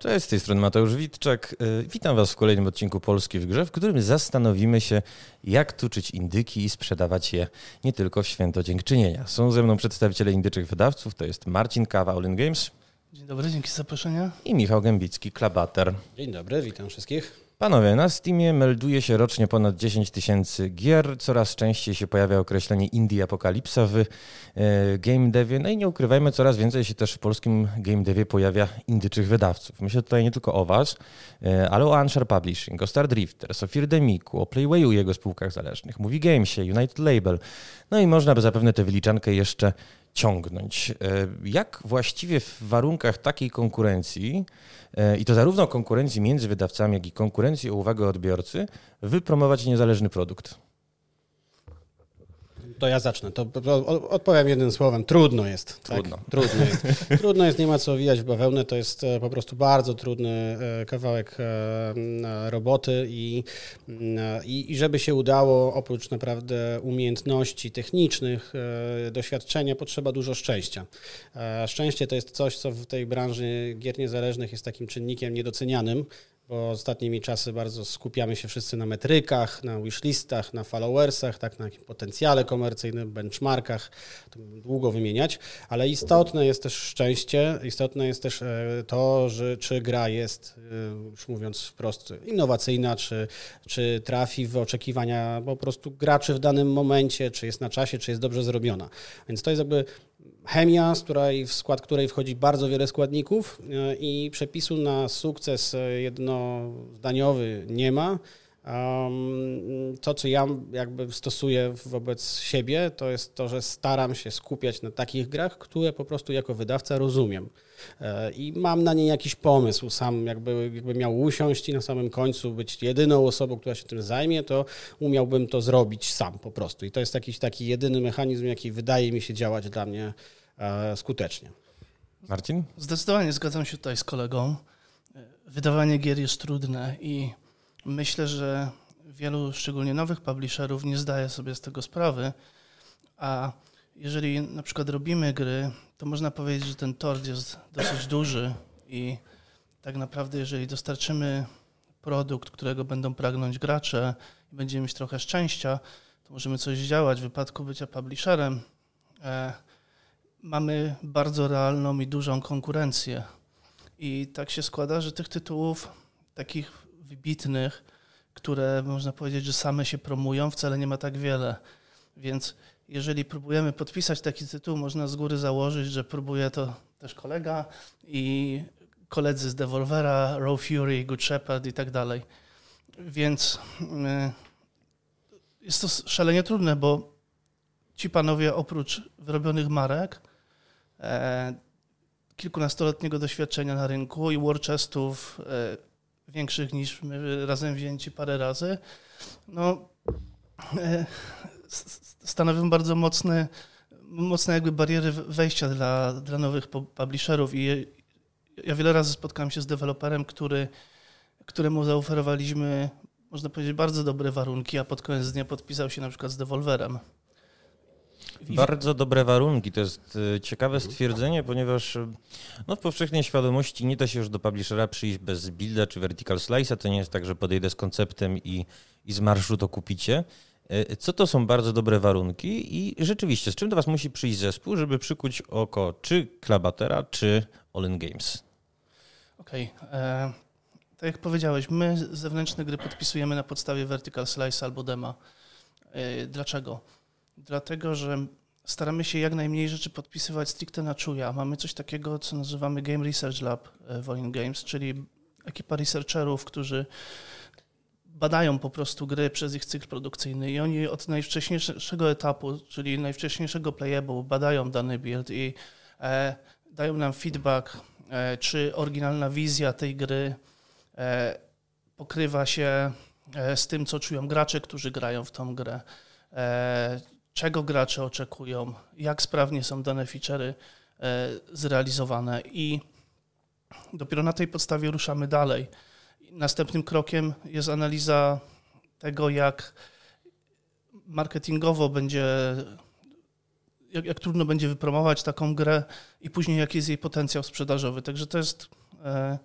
Cześć, z tej strony Mateusz Witczak. Witam Was w kolejnym odcinku Polski w grze, w którym zastanowimy się, jak tuczyć indyki i sprzedawać je nie tylko w święto Dziękczynienia. Są ze mną przedstawiciele indyczych wydawców, to jest Marcin Kawa, All In Games. Dzień dobry, dzięki za zaproszenie. I Michał Gębicki, Klabater. Dzień dobry, witam wszystkich. Panowie, na Steamie melduje się rocznie ponad 10 tysięcy gier. Coraz częściej się pojawia określenie indie apokalipsa w game devie. No i nie ukrywajmy, coraz więcej się też w polskim game devie pojawia indyczych wydawców. Myślę tutaj nie tylko o was, ale o Unsure Publishing, o Star Drifters, o Firdemiku, o Playwayu i jego spółkach zależnych, Movie Gamesie, United Label. No i można by zapewne tę wyliczankę jeszcze ciągnąć. Jak właściwie w warunkach takiej konkurencji, i to zarówno konkurencji między wydawcami, jak i konkurencji o uwagę odbiorcy, wypromować niezależny produkt? To ja zacznę. To odpowiem jednym słowem. Trudno jest. Trudno. Tak? Trudno jest. Trudno jest, nie ma co wijać w bawełnę. To jest po prostu bardzo trudny kawałek roboty i żeby się udało, oprócz naprawdę umiejętności technicznych, doświadczenia, potrzeba dużo szczęścia. Szczęście to jest coś, co w tej branży gier niezależnych jest takim czynnikiem niedocenianym, bo ostatnimi czasy bardzo skupiamy się wszyscy na metrykach, na wishlistach, na followersach, tak, na potencjale komercyjnym, benchmarkach, to długo wymieniać, ale istotne jest też szczęście, istotne jest też to, że czy gra jest, już mówiąc wprost, innowacyjna, czy trafi w oczekiwania po prostu graczy w danym momencie, czy jest na czasie, czy jest dobrze zrobiona. Więc to jest jakby chemia, w skład której wchodzi bardzo wiele składników i przepisu na sukces jednozdaniowy nie ma. To, co ja jakby stosuję wobec siebie, to jest to, że staram się skupiać na takich grach, które po prostu jako wydawca rozumiem. I mam na nie jakiś pomysł. Sam jakby miał usiąść i na samym końcu być jedyną osobą, która się tym zajmie, to umiałbym to zrobić sam po prostu. I to jest jakiś taki jedyny mechanizm, jaki wydaje mi się działać dla mnie skutecznie. Marcin? Zdecydowanie zgadzam się tutaj z kolegą. Wydawanie gier jest trudne i myślę, że wielu, szczególnie nowych publisherów, nie zdaje sobie z tego sprawy, a jeżeli na przykład robimy gry, to można powiedzieć, że ten tort jest dosyć duży i tak naprawdę jeżeli dostarczymy produkt, którego będą pragnąć gracze i będziemy mieć trochę szczęścia, to możemy coś działać. W wypadku bycia publisherem mamy bardzo realną i dużą konkurencję i tak się składa, że tych tytułów takich wybitnych, które można powiedzieć, że same się promują, wcale nie ma tak wiele, więc jeżeli próbujemy podpisać taki tytuł, można z góry założyć, że próbuje to też kolega i koledzy z Devolvera, Raw Fury, Good Shepherd i tak dalej. Więc jest to szalenie trudne, bo ci panowie oprócz wyrobionych marek, kilkunastoletniego doświadczenia na rynku i war chestów większych niż my razem wzięci parę razy, stanowią bardzo mocne jakby bariery wejścia dla nowych publisherów i ja wiele razy spotkałem się z deweloperem, któremu zaoferowaliśmy, można powiedzieć, bardzo dobre warunki, a pod koniec dnia podpisał się na przykład z Devolverem. Bardzo dobre warunki. To jest ciekawe stwierdzenie, ponieważ w powszechnej świadomości nie da się już do publishera przyjść bez builda czy vertical slice'a. To nie jest tak, że podejdę z konceptem i z marszu to kupicie. Co to są bardzo dobre warunki i rzeczywiście, z czym do was musi przyjść zespół, żeby przykuć oko czy Klabatera, czy All In Games? Okej. Tak jak powiedziałeś, my zewnętrzne gry podpisujemy na podstawie vertical slice albo dema. Dlaczego? Dlatego, że staramy się jak najmniej rzeczy podpisywać stricte na czuja. Mamy coś takiego, co nazywamy Game Research Lab w All In Games, czyli ekipa researcherów, którzy badają po prostu gry przez ich cykl produkcyjny i oni od najwcześniejszego etapu, czyli najwcześniejszego playable, badają dany build i dają nam feedback, czy oryginalna wizja tej gry pokrywa się z tym, co czują gracze, którzy grają w tą grę, czego gracze oczekują, jak sprawnie są dane feature'y zrealizowane i dopiero na tej podstawie ruszamy dalej. Następnym krokiem jest analiza tego, jak marketingowo będzie, jak trudno będzie wypromować taką grę i później jaki jest jej potencjał sprzedażowy. Także to jest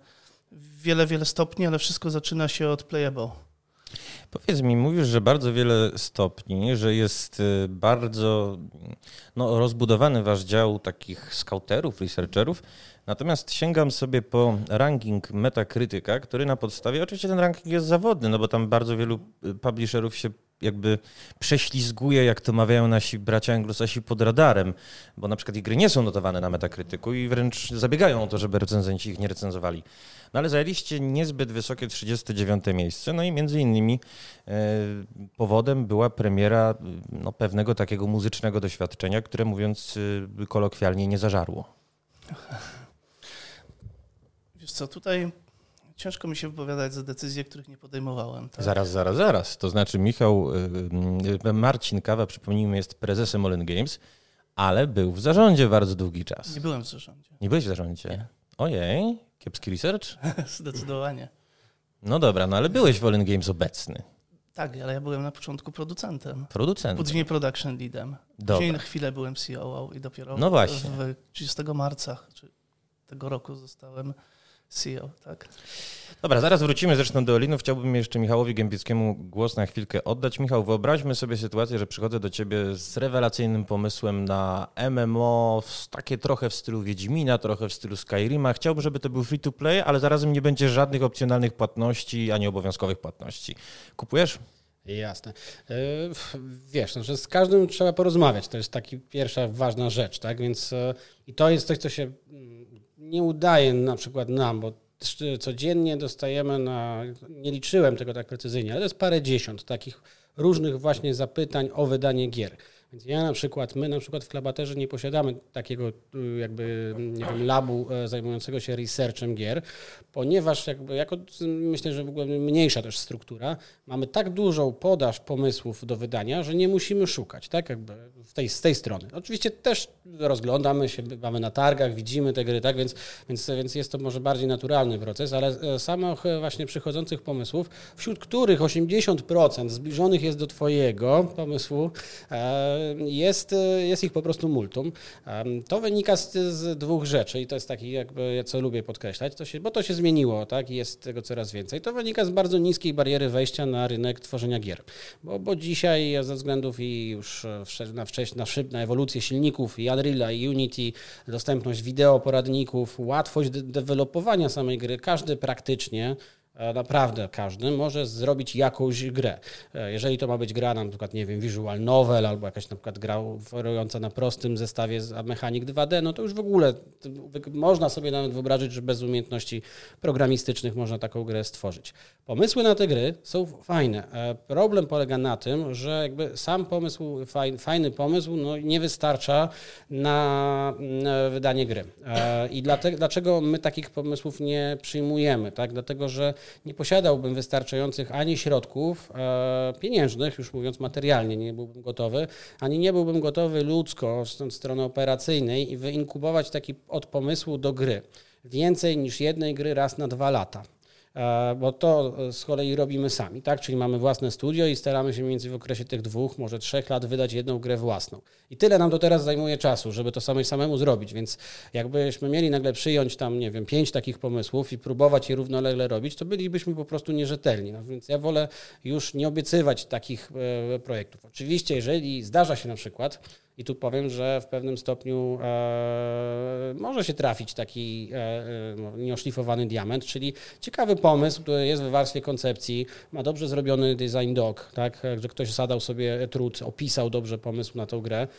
wiele stopni, ale wszystko zaczyna się od playable. Powiedz mi, mówisz, że bardzo wiele stopni, że jest bardzo rozbudowany wasz dział takich scouterów, researcherów, natomiast sięgam sobie po ranking Metacritica, który na podstawie, oczywiście ten ranking jest zawodny, no bo tam bardzo wielu publisherów się jakby prześlizguje, jak to mawiają nasi bracia anglosasi, pod radarem, bo na przykład ich gry nie są notowane na Metacriticu i wręcz zabiegają o to, żeby recenzenci ich nie recenzowali. No ale zajęliście niezbyt wysokie 39. miejsce, no i między innymi powodem była premiera pewnego takiego muzycznego doświadczenia, które mówiąc kolokwialnie nie zażarło. Wiesz co, tutaj ciężko mi się wypowiadać za decyzje, których nie podejmowałem. Tak? Zaraz. To znaczy Marcin Kawa, przypomnijmy, jest prezesem All In Games, ale był w zarządzie bardzo długi czas. Nie byłem w zarządzie. Nie byłeś w zarządzie? Nie. Ojej, kiepski research? Zdecydowanie. No dobra, no ale byłeś w All In Games obecny. Tak, ale ja byłem na początku producentem. Później production leadem. Później na chwilę byłem CEO i dopiero w 30 marca tego roku zostałem CEO, tak? Dobra, zaraz wrócimy zresztą do All-Inów. Chciałbym jeszcze Michałowi Gębickiemu głos na chwilkę oddać. Michał, wyobraźmy sobie sytuację, że przychodzę do ciebie z rewelacyjnym pomysłem na MMO, takie trochę w stylu Wiedźmina, trochę w stylu Skyrima. Chciałbym, żeby to był free to play, ale zarazem nie będzie żadnych opcjonalnych płatności, ani obowiązkowych płatności. Kupujesz? Jasne. Wiesz, że z każdym trzeba porozmawiać. To jest taka pierwsza ważna rzecz, tak? Więc i to jest coś, co się nie udaje na przykład nam, bo codziennie dostajemy nie liczyłem tego tak precyzyjnie, ale to jest parędziesiąt takich różnych właśnie zapytań o wydanie gier. Więc my na przykład w Klabaterze nie posiadamy takiego jakby, nie wiem, labu zajmującego się researchem gier, ponieważ myślę, że w ogóle mniejsza też struktura, mamy tak dużą podaż pomysłów do wydania, że nie musimy szukać, tak, jakby z tej strony. Oczywiście też rozglądamy się, bywamy na targach, widzimy te gry, tak, więc jest to może bardziej naturalny proces, ale samych właśnie przychodzących pomysłów, wśród których 80% zbliżonych jest do twojego pomysłu, jest ich po prostu multum. To wynika z dwóch rzeczy i to jest taki, jakby, co lubię podkreślać, bo to się zmieniło, tak, i jest tego coraz więcej. To wynika z bardzo niskiej bariery wejścia na rynek tworzenia gier, bo dzisiaj ze względów i już na ewolucję silników i Unreal'a i Unity, dostępność wideo, poradników, łatwość dewelopowania samej gry, każdy praktycznie, naprawdę każdy może zrobić jakąś grę. Jeżeli to ma być gra na przykład, nie wiem, visual novel albo jakaś na przykład gra oferująca na prostym zestawie z mechanik 2D, no to już w ogóle można sobie nawet wyobrazić, że bez umiejętności programistycznych można taką grę stworzyć. Pomysły na te gry są fajne. Problem polega na tym, że jakby sam pomysł, fajny pomysł, nie wystarcza na wydanie gry. I dlaczego my takich pomysłów nie przyjmujemy? Tak? Dlatego, że nie posiadałbym wystarczających ani środków pieniężnych, już mówiąc materialnie, nie byłbym gotowy, ani nie byłbym gotowy ludzko od strony operacyjnej i wyinkubować taki od pomysłu do gry więcej niż jednej gry raz na 2 lata. Bo to z kolei robimy sami, tak? Czyli mamy własne studio i staramy się mniej więcej w okresie tych 2, może 3 lat wydać jedną grę własną. I tyle nam to teraz zajmuje czasu, żeby to samemu zrobić, więc jakbyśmy mieli nagle przyjąć tam, nie wiem, 5 takich pomysłów i próbować je równolegle robić, to bylibyśmy po prostu nierzetelni. No, więc ja wolę już nie obiecywać takich projektów. Oczywiście, jeżeli zdarza się na przykład, i tu powiem, że w pewnym stopniu może się trafić taki nieoszlifowany diament, czyli ciekawy pomysł, który jest w warstwie koncepcji, ma dobrze zrobiony design doc, tak, że ktoś zadał sobie trud, opisał dobrze pomysł na tą grę,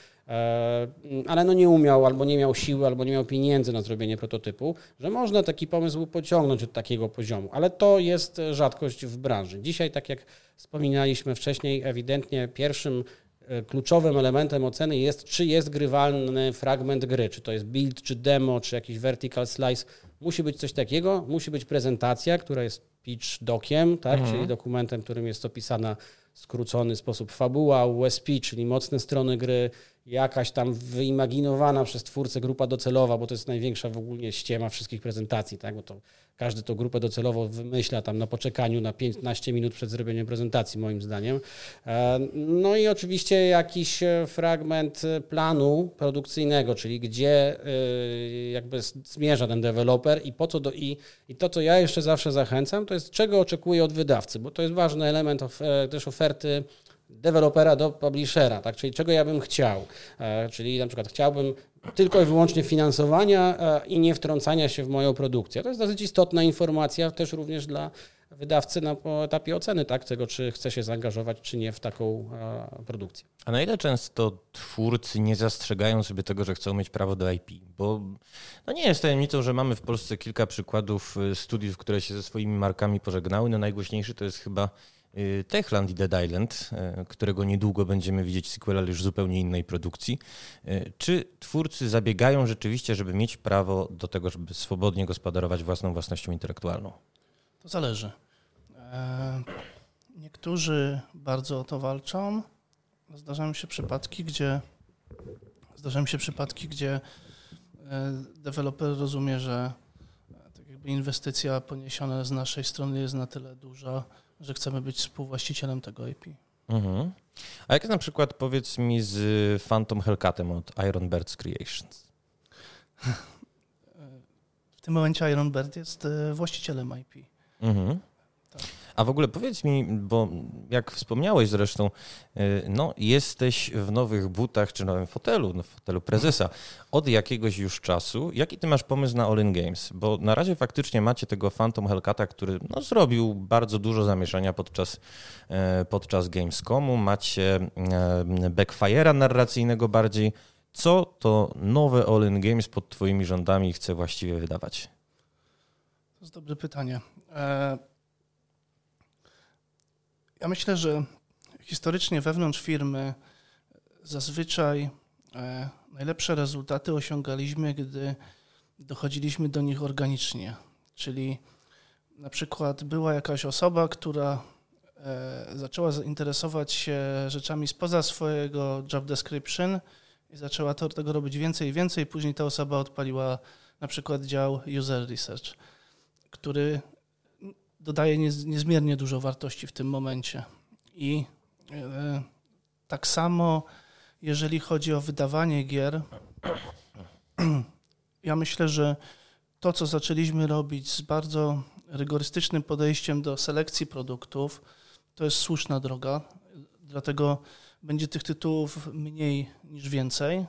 ale nie umiał, albo nie miał siły, albo nie miał pieniędzy na zrobienie prototypu, że można taki pomysł pociągnąć od takiego poziomu, ale to jest rzadkość w branży. Dzisiaj, tak jak wspominaliśmy wcześniej, ewidentnie pierwszym kluczowym elementem oceny jest, czy jest grywalny fragment gry, czy to jest build, czy demo, czy jakiś vertical slice. Musi być coś takiego, musi być prezentacja, która jest pitch dociem, tak? Czyli dokumentem, którym jest opisana skrócony sposób fabuła, USP, czyli mocne strony gry, jakaś tam wyimaginowana przez twórcę grupa docelowa, bo to jest największa w ogóle ściema wszystkich prezentacji, tak? Bo to każdy tą grupę docelową wymyśla tam na poczekaniu na 15 minut przed zrobieniem prezentacji, moim zdaniem. No i oczywiście jakiś fragment planu produkcyjnego, czyli gdzie jakby zmierza ten deweloper i po co i to, co ja jeszcze zawsze zachęcam, to jest czego oczekuję od wydawcy, bo to jest ważny element też oferty dewelopera do publishera, tak? Czyli czego ja bym chciał. Czyli na przykład chciałbym tylko i wyłącznie finansowania i nie wtrącania się w moją produkcję. To jest dosyć istotna informacja też również dla wydawcy na etapie oceny, tak? Tego, czy chce się zaangażować, czy nie w taką produkcję. A na ile często twórcy nie zastrzegają sobie tego, że chcą mieć prawo do IP? Bo no nie jest tajemnicą, że mamy w Polsce kilka przykładów studiów, które się ze swoimi markami pożegnały. No najgłośniejszy to jest chyba Techland i Dead Island, którego niedługo będziemy widzieć sequela już zupełnie innej produkcji. Czy twórcy zabiegają rzeczywiście, żeby mieć prawo do tego, żeby swobodnie gospodarować własną własnością intelektualną? To zależy. Niektórzy bardzo o to walczą. Zdarzają się przypadki, gdzie deweloper rozumie, że tak jakby inwestycja poniesiona z naszej strony jest na tyle duża, że chcemy być współwłaścicielem tego IP. Mhm. A jak na przykład, powiedz mi, z Phantom Hellcatem od Iron Birds Creations? W tym momencie Iron Bird jest właścicielem IP. Mhm. Tak. A w ogóle powiedz mi, bo jak wspomniałeś zresztą, no jesteś w nowych butach czy nowym fotelu, w fotelu prezesa od jakiegoś już czasu. Jaki ty masz pomysł na All In Games? Bo na razie faktycznie macie tego Phantom Hellcata, który no, zrobił bardzo dużo zamieszania podczas Gamescomu. Macie Backfire'a narracyjnego bardziej. Co to nowe All In Games pod twoimi rządami chce właściwie wydawać? To jest dobre pytanie. Ja myślę, że historycznie wewnątrz firmy zazwyczaj najlepsze rezultaty osiągaliśmy, gdy dochodziliśmy do nich organicznie. Czyli na przykład była jakaś osoba, która zaczęła interesować się rzeczami spoza swojego job description i zaczęła tego robić więcej i więcej. Później ta osoba odpaliła na przykład dział user research, który dodaje niezmiernie dużo wartości w tym momencie. I tak samo, jeżeli chodzi o wydawanie gier, ja myślę, że to, co zaczęliśmy robić z bardzo rygorystycznym podejściem do selekcji produktów, to jest słuszna droga, dlatego będzie tych tytułów mniej niż więcej.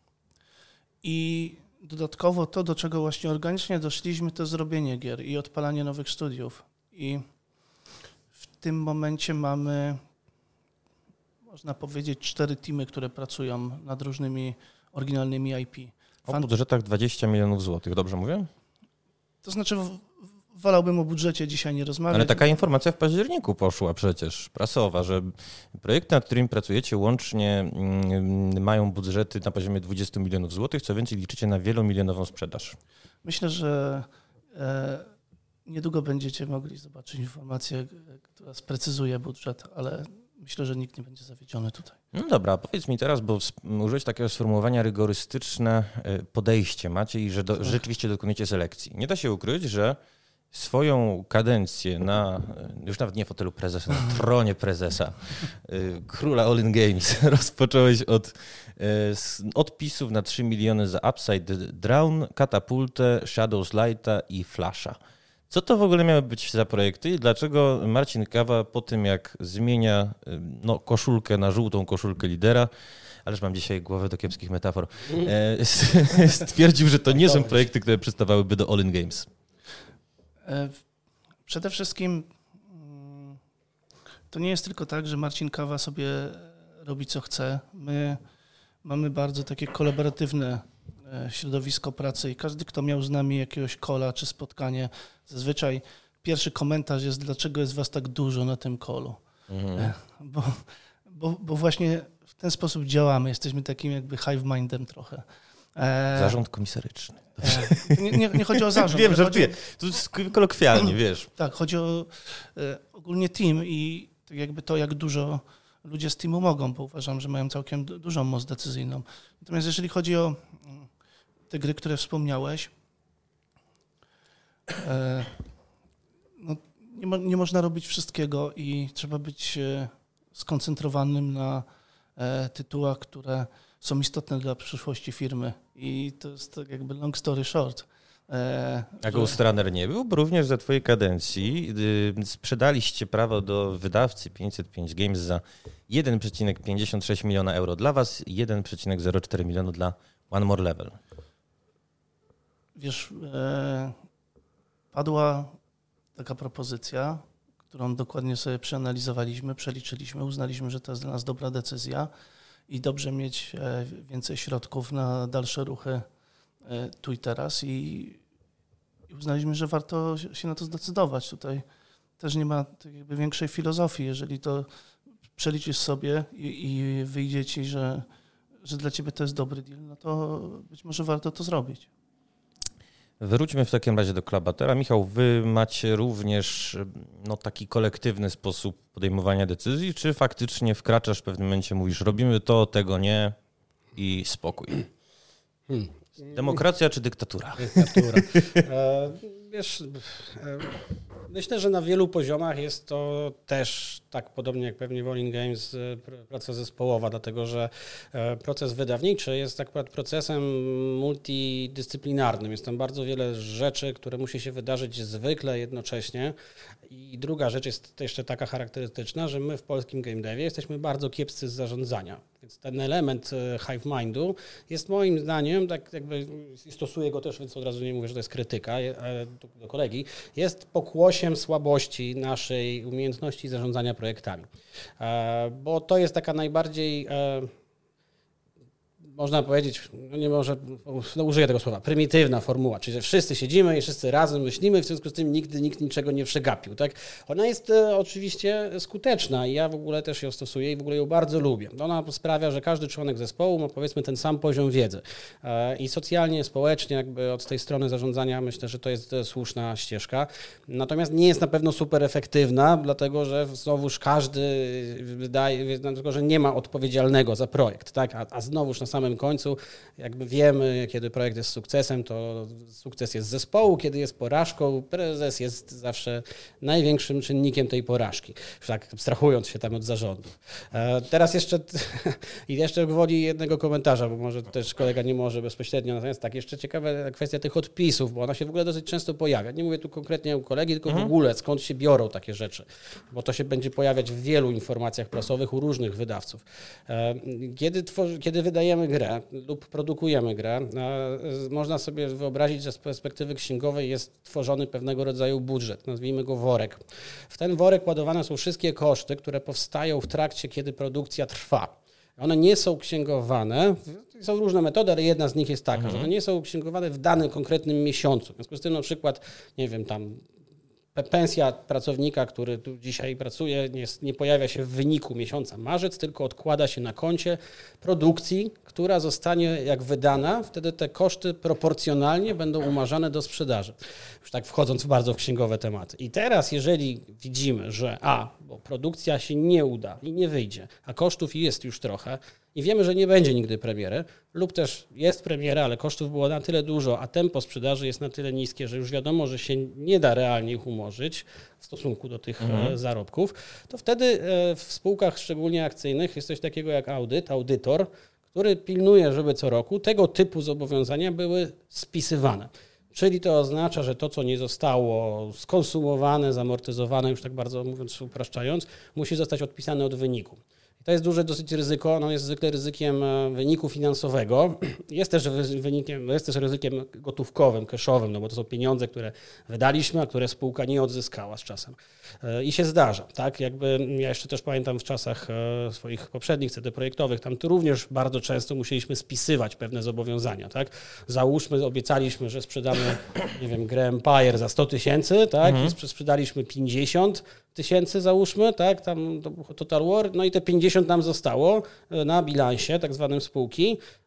I dodatkowo to, do czego właśnie organicznie doszliśmy, to zrobienie gier i odpalanie nowych studiów. I w tym momencie mamy, można powiedzieć, 4 teamy, które pracują nad różnymi oryginalnymi IP. O budżetach 20 milionów złotych, dobrze mówię? To znaczy, wolałbym o budżecie dzisiaj nie rozmawiać. Ale taka informacja w październiku poszła przecież, prasowa, że projekty, nad którymi pracujecie łącznie mają budżety na poziomie 20 milionów złotych, co więcej liczycie na wielomilionową sprzedaż. Myślę, że niedługo będziecie mogli zobaczyć informację, która sprecyzuje budżet, ale myślę, że nikt nie będzie zawiedziony tutaj. No dobra, powiedz mi teraz, bo użyłeś takiego sformułowania rygorystyczne podejście macie i że rzeczywiście dokonujecie selekcji. Nie da się ukryć, że swoją kadencję już nawet nie fotelu prezesa, na tronie prezesa, króla All In Games, rozpocząłeś od odpisów na 3 miliony za Upside Down, Katapultę, Shadows Lighta i Flasha. Co to w ogóle miały być za projekty i dlaczego Marcin Kawa po tym, jak zmienia koszulkę na żółtą koszulkę lidera, ależ mam dzisiaj głowę do kiepskich metafor, stwierdził, że to nie są projekty, które przystawałyby do All In Games? Przede wszystkim to nie jest tylko tak, że Marcin Kawa sobie robi co chce. My mamy bardzo takie kolaboratywne środowisko pracy i każdy, kto miał z nami jakiegoś calla czy spotkanie, zazwyczaj pierwszy komentarz jest, dlaczego jest was tak dużo na tym callu. Mhm. Bo właśnie w ten sposób działamy. Jesteśmy takim jakby hive-mindem trochę. Zarząd komisaryczny. Nie chodzi o zarząd. Wiem, żartuję. To jest kolokwialnie, wiesz. Tak, chodzi o ogólnie team i jakby to, jak dużo ludzie z teamu mogą, bo uważam, że mają całkiem dużą moc decyzyjną. Natomiast jeżeli chodzi o te gry, które wspomniałeś, no, nie można robić wszystkiego i trzeba być skoncentrowanym na tytułach, które są istotne dla przyszłości firmy. I to jest tak jakby long story short. A Ghost Runner nie był, bo również za twojej kadencji sprzedaliście prawo do wydawcy 505 Games za 1,56 miliona euro dla was, 1,04 miliona dla One More Level. Wiesz, padła taka propozycja, którą dokładnie sobie przeanalizowaliśmy, przeliczyliśmy, uznaliśmy, że to jest dla nas dobra decyzja i dobrze mieć więcej środków na dalsze ruchy tu i teraz i uznaliśmy, że warto się na to zdecydować. Tutaj też nie ma jakby większej filozofii. Jeżeli to przeliczysz sobie i wyjdzie ci, że dla ciebie to jest dobry deal, no to być może warto to zrobić. Wróćmy w takim razie do Klabatera. Michał, wy macie również taki kolektywny sposób podejmowania decyzji, czy faktycznie wkraczasz w pewnym momencie, mówisz, robimy to, tego nie i spokój? Demokracja czy dyktatura? Dyktatura. Wiesz, myślę, że na wielu poziomach jest to też tak podobnie jak pewnie w All In Games praca zespołowa, dlatego że proces wydawniczy jest akurat procesem multidyscyplinarnym. Jest tam bardzo wiele rzeczy, które musi się wydarzyć zwykle jednocześnie. I druga rzecz jest jeszcze taka charakterystyczna, że my w polskim game devie jesteśmy bardzo kiepscy z zarządzania. Więc ten element hive mindu jest moim zdaniem, tak jakby stosuję go też, więc od razu nie mówię, że to jest krytyka do kolegi, jest pokłosiem słabości naszej umiejętności zarządzania projektami. Bo to jest taka najbardziej, można powiedzieć, użyję tego słowa, prymitywna formuła, czyli że wszyscy siedzimy i wszyscy razem myślimy, w związku z tym nikt niczego nie przegapił. Tak? Ona jest oczywiście skuteczna i ja w ogóle też ją stosuję i w ogóle ją bardzo lubię. Ona sprawia, że każdy członek zespołu ma powiedzmy ten sam poziom wiedzy i socjalnie, społecznie jakby od tej strony zarządzania myślę, że to jest słuszna ścieżka. Natomiast nie jest na pewno super efektywna, dlatego że znowuż każdy wydaje, dlatego że nie ma odpowiedzialnego za projekt, tak? A znowuż na samym końcu jakby wiemy, kiedy projekt jest sukcesem, to sukces jest zespołu, kiedy jest porażką, prezes jest zawsze największym czynnikiem tej porażki, tak abstrahując się tam od zarządu. Teraz jeszcze gwoli jednego komentarza, bo może też kolega nie może bezpośrednio, natomiast tak, jeszcze ciekawa kwestia tych odpisów, bo ona się w ogóle dosyć często pojawia. Nie mówię tu konkretnie u kolegi, tylko w ogóle skąd się biorą takie rzeczy, bo to się będzie pojawiać w wielu informacjach prasowych u różnych wydawców. Kiedy wydajemy grę lub produkujemy grę, można sobie wyobrazić, że z perspektywy księgowej jest tworzony pewnego rodzaju budżet, nazwijmy go worek. W ten worek ładowane są wszystkie koszty, które powstają w trakcie, kiedy produkcja trwa. One nie są księgowane, są różne metody, ale jedna z nich jest taka, że one nie są księgowane w danym konkretnym miesiącu. W związku z tym na przykład, nie wiem, tam pensja pracownika, który tu dzisiaj pracuje, nie pojawia się w wyniku miesiąca marzec, tylko odkłada się na koncie produkcji, która zostanie jak wydana, wtedy te koszty proporcjonalnie będą umarzane do sprzedaży. Już tak wchodząc bardzo w księgowe tematy. I teraz, jeżeli widzimy, że bo produkcja się nie uda i nie wyjdzie, a kosztów jest już trochę i wiemy, że nie będzie nigdy premiery, lub też jest premiera, ale kosztów było na tyle dużo, a tempo sprzedaży jest na tyle niskie, że już wiadomo, że się nie da realnie ich umorzyć w stosunku do tych zarobków, to wtedy w spółkach szczególnie akcyjnych jest coś takiego jak audytor, który pilnuje, żeby co roku tego typu zobowiązania były spisywane. Czyli to oznacza, że to, co nie zostało skonsumowane, zamortyzowane, już tak bardzo mówiąc upraszczając, musi zostać odpisane od wyniku. To jest duże dosyć ryzyko, ono jest zwykle ryzykiem wyniku finansowego, jest też ryzykiem gotówkowym, cashowym, no bo to są pieniądze, które wydaliśmy, a które spółka nie odzyskała z czasem. I się zdarza, tak? Jakby ja jeszcze też pamiętam w czasach swoich poprzednich CD projektowych, tam to również bardzo często musieliśmy spisywać pewne zobowiązania, tak? Załóżmy, obiecaliśmy, że sprzedamy, nie wiem, grę Empire za 100 000, tak? I sprzedaliśmy 50 000, załóżmy, tak? Tam to Total War, no i te 50 nam zostało na bilansie tak zwanym spółki.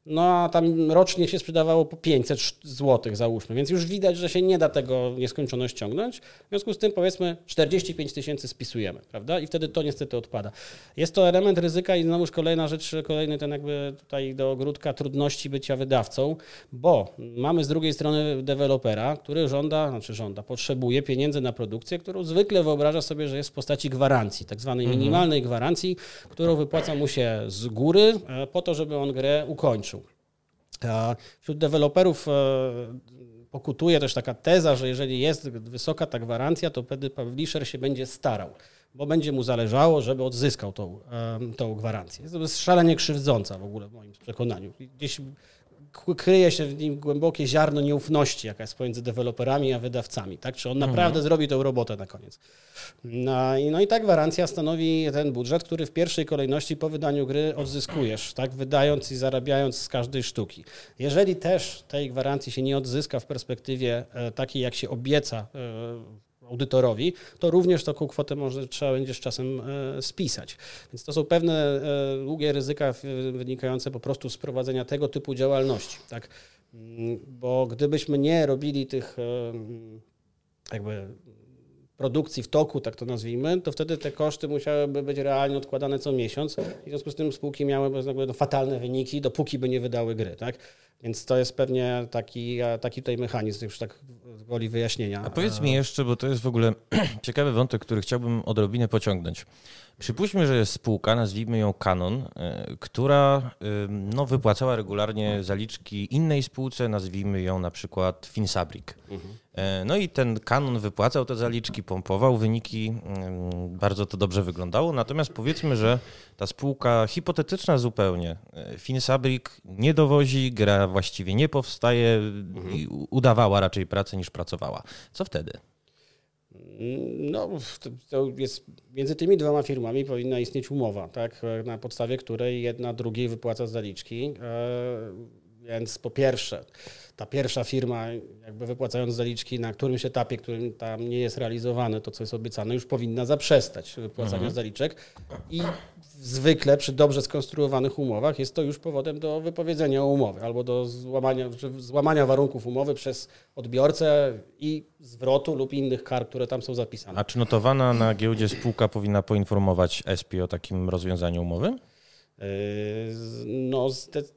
no a tam rocznie się sprzedawało po 500 zł załóżmy, więc już widać, że się nie da tego nieskończoność ściągnąć. W związku z tym powiedzmy 45 000 spisujemy, prawda? I wtedy to niestety odpada. Jest to element ryzyka i znowuż kolejna rzecz, kolejny ten jakby tutaj do ogródka trudności bycia wydawcą, bo mamy z drugiej strony dewelopera, który potrzebuje pieniędzy na produkcję, którą zwykle wyobraża sobie, że jest w postaci gwarancji, tak zwanej minimalnej gwarancji, którą wypłaca mu się z góry po to, żeby on grę ukończył. Wśród deweloperów pokutuje też taka teza, że jeżeli jest wysoka ta gwarancja, to wtedy publisher się będzie starał, bo będzie mu zależało, żeby odzyskał tą gwarancję. To jest szalenie krzywdząca w ogóle w moim przekonaniu. Gdzieś kryje się w nim głębokie ziarno nieufności, jaka jest pomiędzy deweloperami a wydawcami. Tak? Czy on naprawdę zrobi tę robotę na koniec. No i ta gwarancja stanowi ten budżet, który w pierwszej kolejności po wydaniu gry odzyskujesz, tak? Wydając i zarabiając z każdej sztuki. Jeżeli też tej gwarancji się nie odzyska w perspektywie takiej, jak się obieca audytorowi, to również taką kwotę trzeba będzie z czasem spisać. Więc to są pewne długie ryzyka wynikające po prostu z prowadzenia tego typu działalności. Tak? Bo gdybyśmy nie robili tych jakby produkcji w toku, tak to nazwijmy, to wtedy te koszty musiałyby być realnie odkładane co miesiąc i w związku z tym spółki miałyby fatalne wyniki, dopóki by nie wydały gry. Tak? Więc to jest pewnie taki tutaj mechanizm, już tak woli wyjaśnienia. A powiedz mi jeszcze, bo to jest w ogóle ciekawy wątek, który chciałbym odrobinę pociągnąć. Przypuśćmy, że jest spółka, nazwijmy ją Canon, która wypłacała regularnie zaliczki innej spółce, nazwijmy ją na przykład Finsabrik. No i ten Canon wypłacał te zaliczki, pompował wyniki, bardzo to dobrze wyglądało, natomiast powiedzmy, że ta spółka hipotetyczna zupełnie, Finsabrik nie dowozi, gra właściwie nie powstaje i udawała raczej pracę niż pracowała. Co wtedy? No, to jest między tymi dwoma firmami powinna istnieć umowa, tak, na podstawie której jedna drugiej wypłaca zaliczki. Więc po pierwsze, ta pierwsza firma, jakby wypłacając zaliczki na którymś etapie, którym tam nie jest realizowane to, co jest obiecane, już powinna zaprzestać wypłacania zaliczek i zwykle przy dobrze skonstruowanych umowach jest to już powodem do wypowiedzenia umowy albo do złamania warunków umowy przez odbiorcę i zwrotu lub innych kar, które tam są zapisane. A czy notowana na giełdzie spółka powinna poinformować SP o takim rozwiązaniu umowy? No,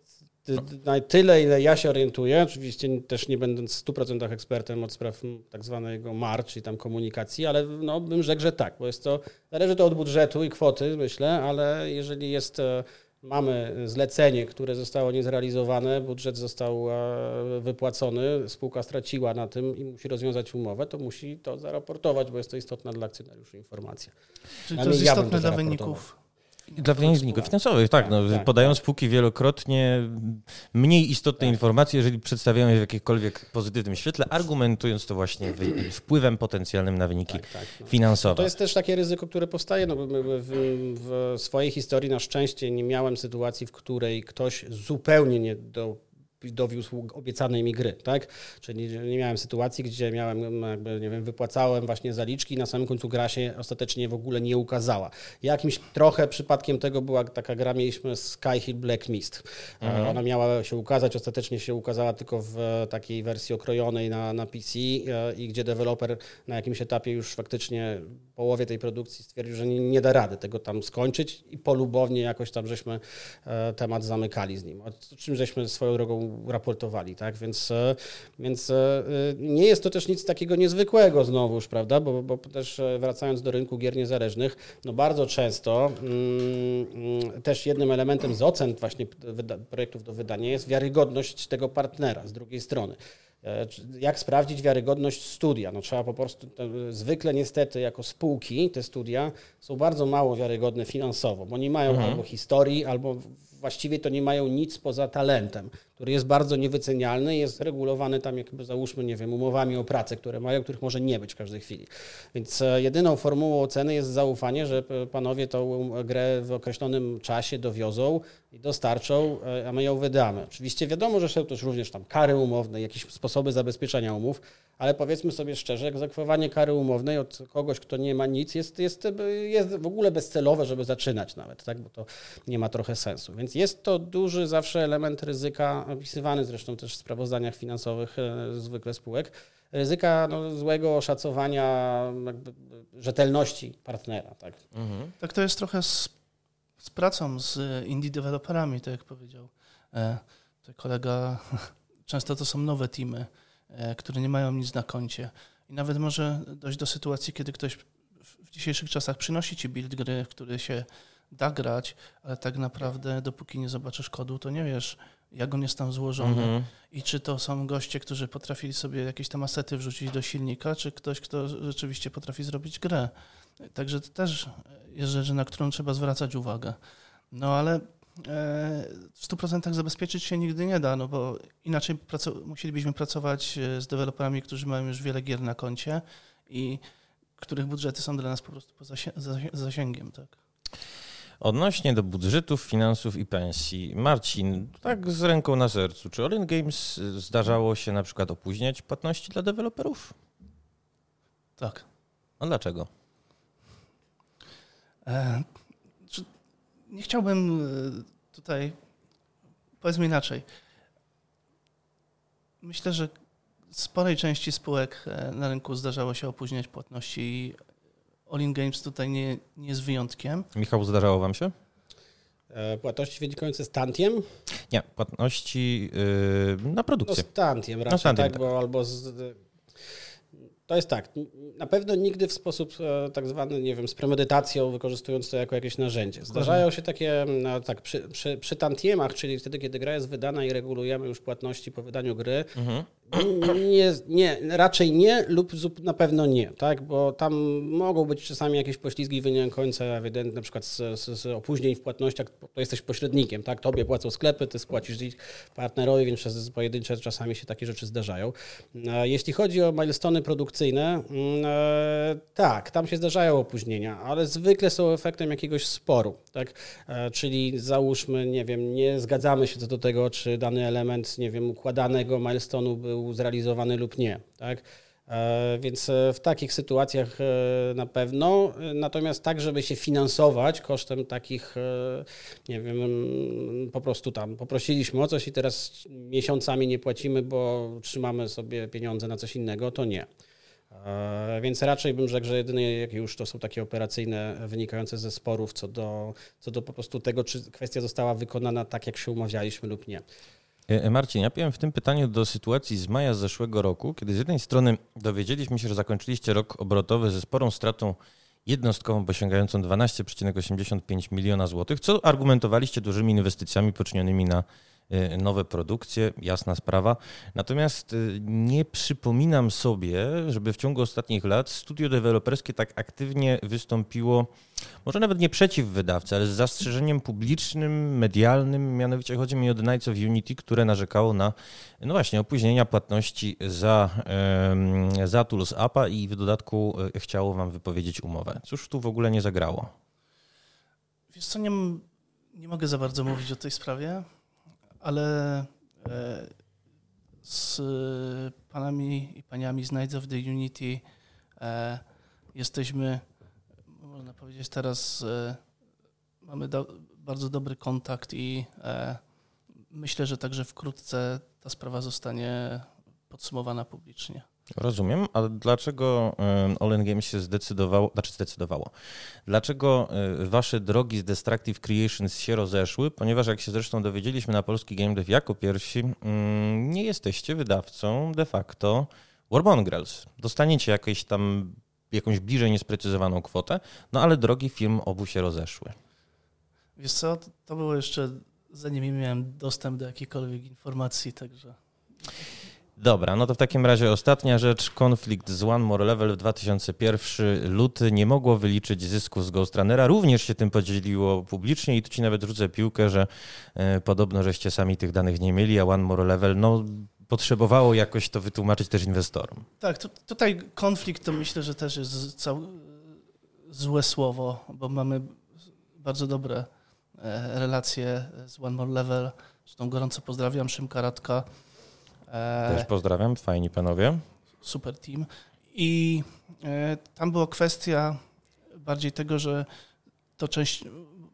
na tyle, ile ja się orientuję, oczywiście też nie będąc w 100% ekspertem od spraw tak zwanego MAR, czyli tam komunikacji, ale no, bym rzekł, że tak, bo zależy to od budżetu i kwoty, myślę, ale jeżeli mamy zlecenie, które zostało niezrealizowane, budżet został wypłacony, spółka straciła na tym i musi rozwiązać umowę, to musi to zaraportować, bo jest to istotna dla akcjonariuszy informacja. Czyli to jest istotne dla wyników. Dla wyników finansowych, tak. Podają spółki wielokrotnie mniej istotne informacje, jeżeli przedstawiają je w jakimkolwiek pozytywnym świetle, argumentując to właśnie wpływem potencjalnym na wyniki finansowe. To jest też takie ryzyko, które powstaje. No, w swojej historii na szczęście nie miałem sytuacji, w której ktoś zupełnie nie dowiózł obiecanej mi gry, tak? Czyli nie miałem sytuacji, gdzie wypłacałem właśnie zaliczki i na samym końcu gra się ostatecznie w ogóle nie ukazała. Jakimś trochę przypadkiem tego była taka gra, mieliśmy Sky Hill Black Mist. Ona miała się ukazać, ostatecznie się ukazała tylko w takiej wersji okrojonej na PC i gdzie deweloper na jakimś etapie już faktycznie w połowie tej produkcji stwierdził, że nie da rady tego tam skończyć i polubownie jakoś tam żeśmy temat zamykali z nim. O czym żeśmy swoją drogą raportowali, tak? Więc nie jest to też nic takiego niezwykłego znowuż, prawda? Bo też wracając do rynku gier niezależnych, no bardzo często też jednym elementem z ocen właśnie projektów do wydania jest wiarygodność tego partnera z drugiej strony. Jak sprawdzić wiarygodność studia? No trzeba po prostu, zwykle niestety jako spółki te studia są bardzo mało wiarygodne finansowo, bo nie mają albo historii, albo właściwie to nie mają nic poza talentem, który jest bardzo niewycenialny i jest regulowany tam jakby załóżmy, nie wiem, umowami o pracę, które mają, których może nie być w każdej chwili. Więc jedyną formułą oceny jest zaufanie, że panowie tą grę w określonym czasie dowiozą i dostarczą, a my ją wydamy. Oczywiście wiadomo, że są też również tam kary umowne, jakieś sposoby zabezpieczenia umów, ale powiedzmy sobie szczerze, egzekwowanie kary umownej od kogoś, kto nie ma nic, jest w ogóle bezcelowe, żeby zaczynać nawet, tak? Bo to nie ma trochę sensu. Więc jest to duży zawsze element ryzyka, opisywany zresztą też w sprawozdaniach finansowych zwykle spółek, ryzyka złego oszacowania jakby rzetelności partnera. Tak, Tak to jest trochę z pracą z indie deweloperami, tak jak powiedział tutaj kolega. Często to są nowe teamy, które nie mają nic na koncie. I nawet może dojść do sytuacji, kiedy ktoś w dzisiejszych czasach przynosi ci build gry, w który się da grać, ale tak naprawdę dopóki nie zobaczysz kodu, to nie wiesz, jak on jest tam złożony i czy to są goście, którzy potrafili sobie jakieś tam asety wrzucić do silnika, czy ktoś, kto rzeczywiście potrafi zrobić grę. Także to też jest rzecz, na którą trzeba zwracać uwagę. No ale w 100% zabezpieczyć się nigdy nie da, no bo inaczej musielibyśmy pracować z deweloperami, którzy mają już wiele gier na koncie i których budżety są dla nas po prostu poza zasięgiem. Tak. Odnośnie do budżetów, finansów i pensji. Marcin, tak z ręką na sercu, czy All In Games zdarzało się na przykład opóźniać płatności dla deweloperów? Tak. A dlaczego? Nie chciałbym tutaj, powiedzmy inaczej. Myślę, że sporej części spółek na rynku zdarzało się opóźniać płatności i All In Games tutaj nie jest wyjątkiem. Michał, zdarzało wam się? Płatności wynikające z tantiem? Nie, płatności na produkcję. Z tantiem raczej, tak, bo albo to jest tak, na pewno nigdy w sposób tak zwany, nie wiem, z premedytacją, wykorzystując to jako jakieś narzędzie. Zdarzają się takie, tak, przy tantiemach, czyli wtedy, kiedy gra jest wydana i regulujemy już płatności po wydaniu gry, raczej nie lub na pewno nie, tak, bo tam mogą być czasami jakieś poślizgi wynikające ewidentnie na przykład z opóźnień w płatnościach, to jesteś pośrednikiem, tak, tobie płacą sklepy, ty spłacisz partnerowi, więc przez pojedyncze czasami się takie rzeczy zdarzają. Jeśli chodzi o milestony produkcyjne, tak, tam się zdarzają opóźnienia, ale zwykle są efektem jakiegoś sporu, tak, czyli załóżmy, nie wiem, nie zgadzamy się co do tego, czy dany element, nie wiem, układanego milestonu był zrealizowany lub nie, tak? Więc w takich sytuacjach na pewno, natomiast tak, żeby się finansować kosztem takich, nie wiem, po prostu tam poprosiliśmy o coś i teraz miesiącami nie płacimy, bo trzymamy sobie pieniądze na coś innego, to nie. Więc raczej bym rzekł, że jedynie jak już to są takie operacyjne wynikające ze sporów co do po prostu tego, czy kwestia została wykonana tak, jak się umawialiśmy lub nie. Marcin, ja powiem w tym pytaniu do sytuacji z maja zeszłego roku, kiedy z jednej strony dowiedzieliśmy się, że zakończyliście rok obrotowy ze sporą stratą jednostkową, bo sięgającą 12,85 miliona złotych, co argumentowaliście dużymi inwestycjami poczynionymi na nowe produkcje, jasna sprawa. Natomiast nie przypominam sobie, żeby w ciągu ostatnich lat studio deweloperskie tak aktywnie wystąpiło, może nawet nie przeciw wydawcy, ale z zastrzeżeniem publicznym, medialnym, mianowicie chodzi mi o The Knights of Unity, które narzekało na, no właśnie, opóźnienia płatności za Tools Appa i w dodatku chciało wam wypowiedzieć umowę. Cóż tu w ogóle nie zagrało? Wiesz co, nie mogę za bardzo mówić o tej sprawie, ale z panami i paniami z Knights of the Unity jesteśmy, można powiedzieć teraz, mamy bardzo dobry kontakt i myślę, że także wkrótce ta sprawa zostanie podsumowana publicznie. Rozumiem, ale dlaczego All In Games się zdecydowało, dlaczego wasze drogi z Destructive Creations się rozeszły, ponieważ jak się zresztą dowiedzieliśmy na polski Game Dev jako pierwsi, nie jesteście wydawcą de facto War Mongrels. Dostaniecie jakąś bliżej niesprecyzowaną kwotę, no ale drogi firm obu się rozeszły. Wiesz co, to było jeszcze zanim miałem dostęp do jakiejkolwiek informacji, także... Dobra, no to w takim razie ostatnia rzecz. Konflikt z One More Level w 2001 luty nie mogło wyliczyć zysków z Ghost Runnera. Również się tym podzieliło publicznie i tu ci nawet rzucę piłkę, że podobno żeście sami tych danych nie mieli, a One More Level potrzebowało jakoś to wytłumaczyć też inwestorom. Tak, tutaj konflikt to myślę, że też jest złe słowo, bo mamy bardzo dobre relacje z One More Level. Zresztą gorąco pozdrawiam Szymka Radka. Też pozdrawiam, fajni panowie. Super team. I tam była kwestia bardziej tego, że to część,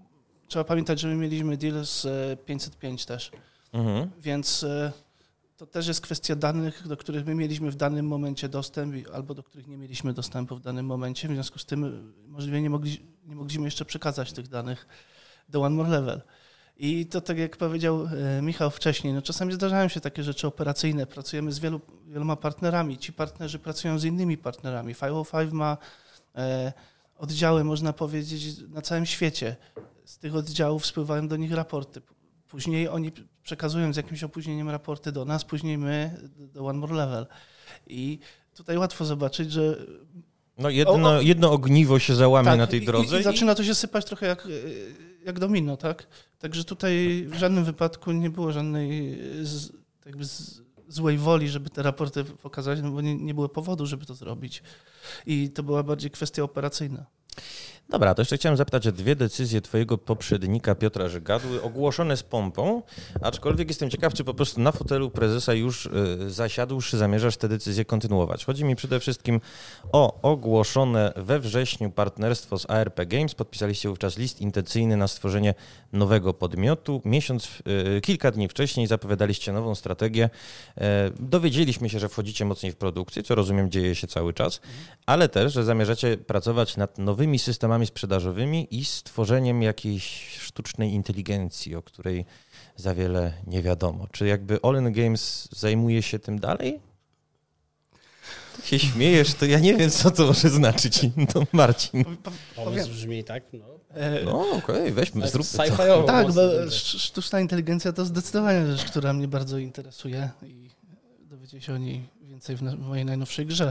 trzeba pamiętać, że my mieliśmy deal z 505 też, więc to też jest kwestia danych, do których my mieliśmy w danym momencie dostęp albo do których nie mieliśmy dostępu w danym momencie, w związku z tym możliwie nie mogliśmy jeszcze przekazać tych danych do One More Level. I to tak jak powiedział Michał wcześniej, no czasami zdarzają się takie rzeczy operacyjne, pracujemy z wieloma partnerami, ci partnerzy pracują z innymi partnerami. 505 ma oddziały, można powiedzieć, na całym świecie. Z tych oddziałów spływają do nich raporty. Później oni przekazują z jakimś opóźnieniem raporty do nas, później my do One More Level. I tutaj łatwo zobaczyć, że... No jedno ogniwo się załamie na tej drodze. I zaczyna to się sypać trochę jak domino, tak? Także tutaj w żadnym wypadku nie było żadnej złej woli, żeby te raporty pokazać, no bo nie było powodu, żeby to zrobić. I to była bardziej kwestia operacyjna. Dobra, to jeszcze chciałem zapytać o 2 decyzje twojego poprzednika Piotra Żygadły, ogłoszone z pompą, aczkolwiek jestem ciekaw, czy po prostu na fotelu prezesa już zasiadłszy zamierzasz te decyzje kontynuować. Chodzi mi przede wszystkim o ogłoszone we wrześniu partnerstwo z ARP Games. Podpisaliście wówczas list intencyjny na stworzenie nowego podmiotu. Kilka dni wcześniej zapowiadaliście nową strategię. Dowiedzieliśmy się, że wchodzicie mocniej w produkcję, co rozumiem dzieje się cały czas, ale też, że zamierzacie pracować nad nowymi systemami sprzedażowymi i stworzeniem jakiejś sztucznej inteligencji, o której za wiele nie wiadomo. Czy jakby All In Games zajmuje się tym dalej? Tak się śmiejesz, to ja nie wiem, co to może znaczyć. To Marcin. Pomysł brzmi tak, No okej, weźmy, zróbmy to. Tak, bo sztuczna inteligencja to zdecydowanie rzecz, która mnie bardzo interesuje i dowiecie się o niej więcej w mojej najnowszej grze.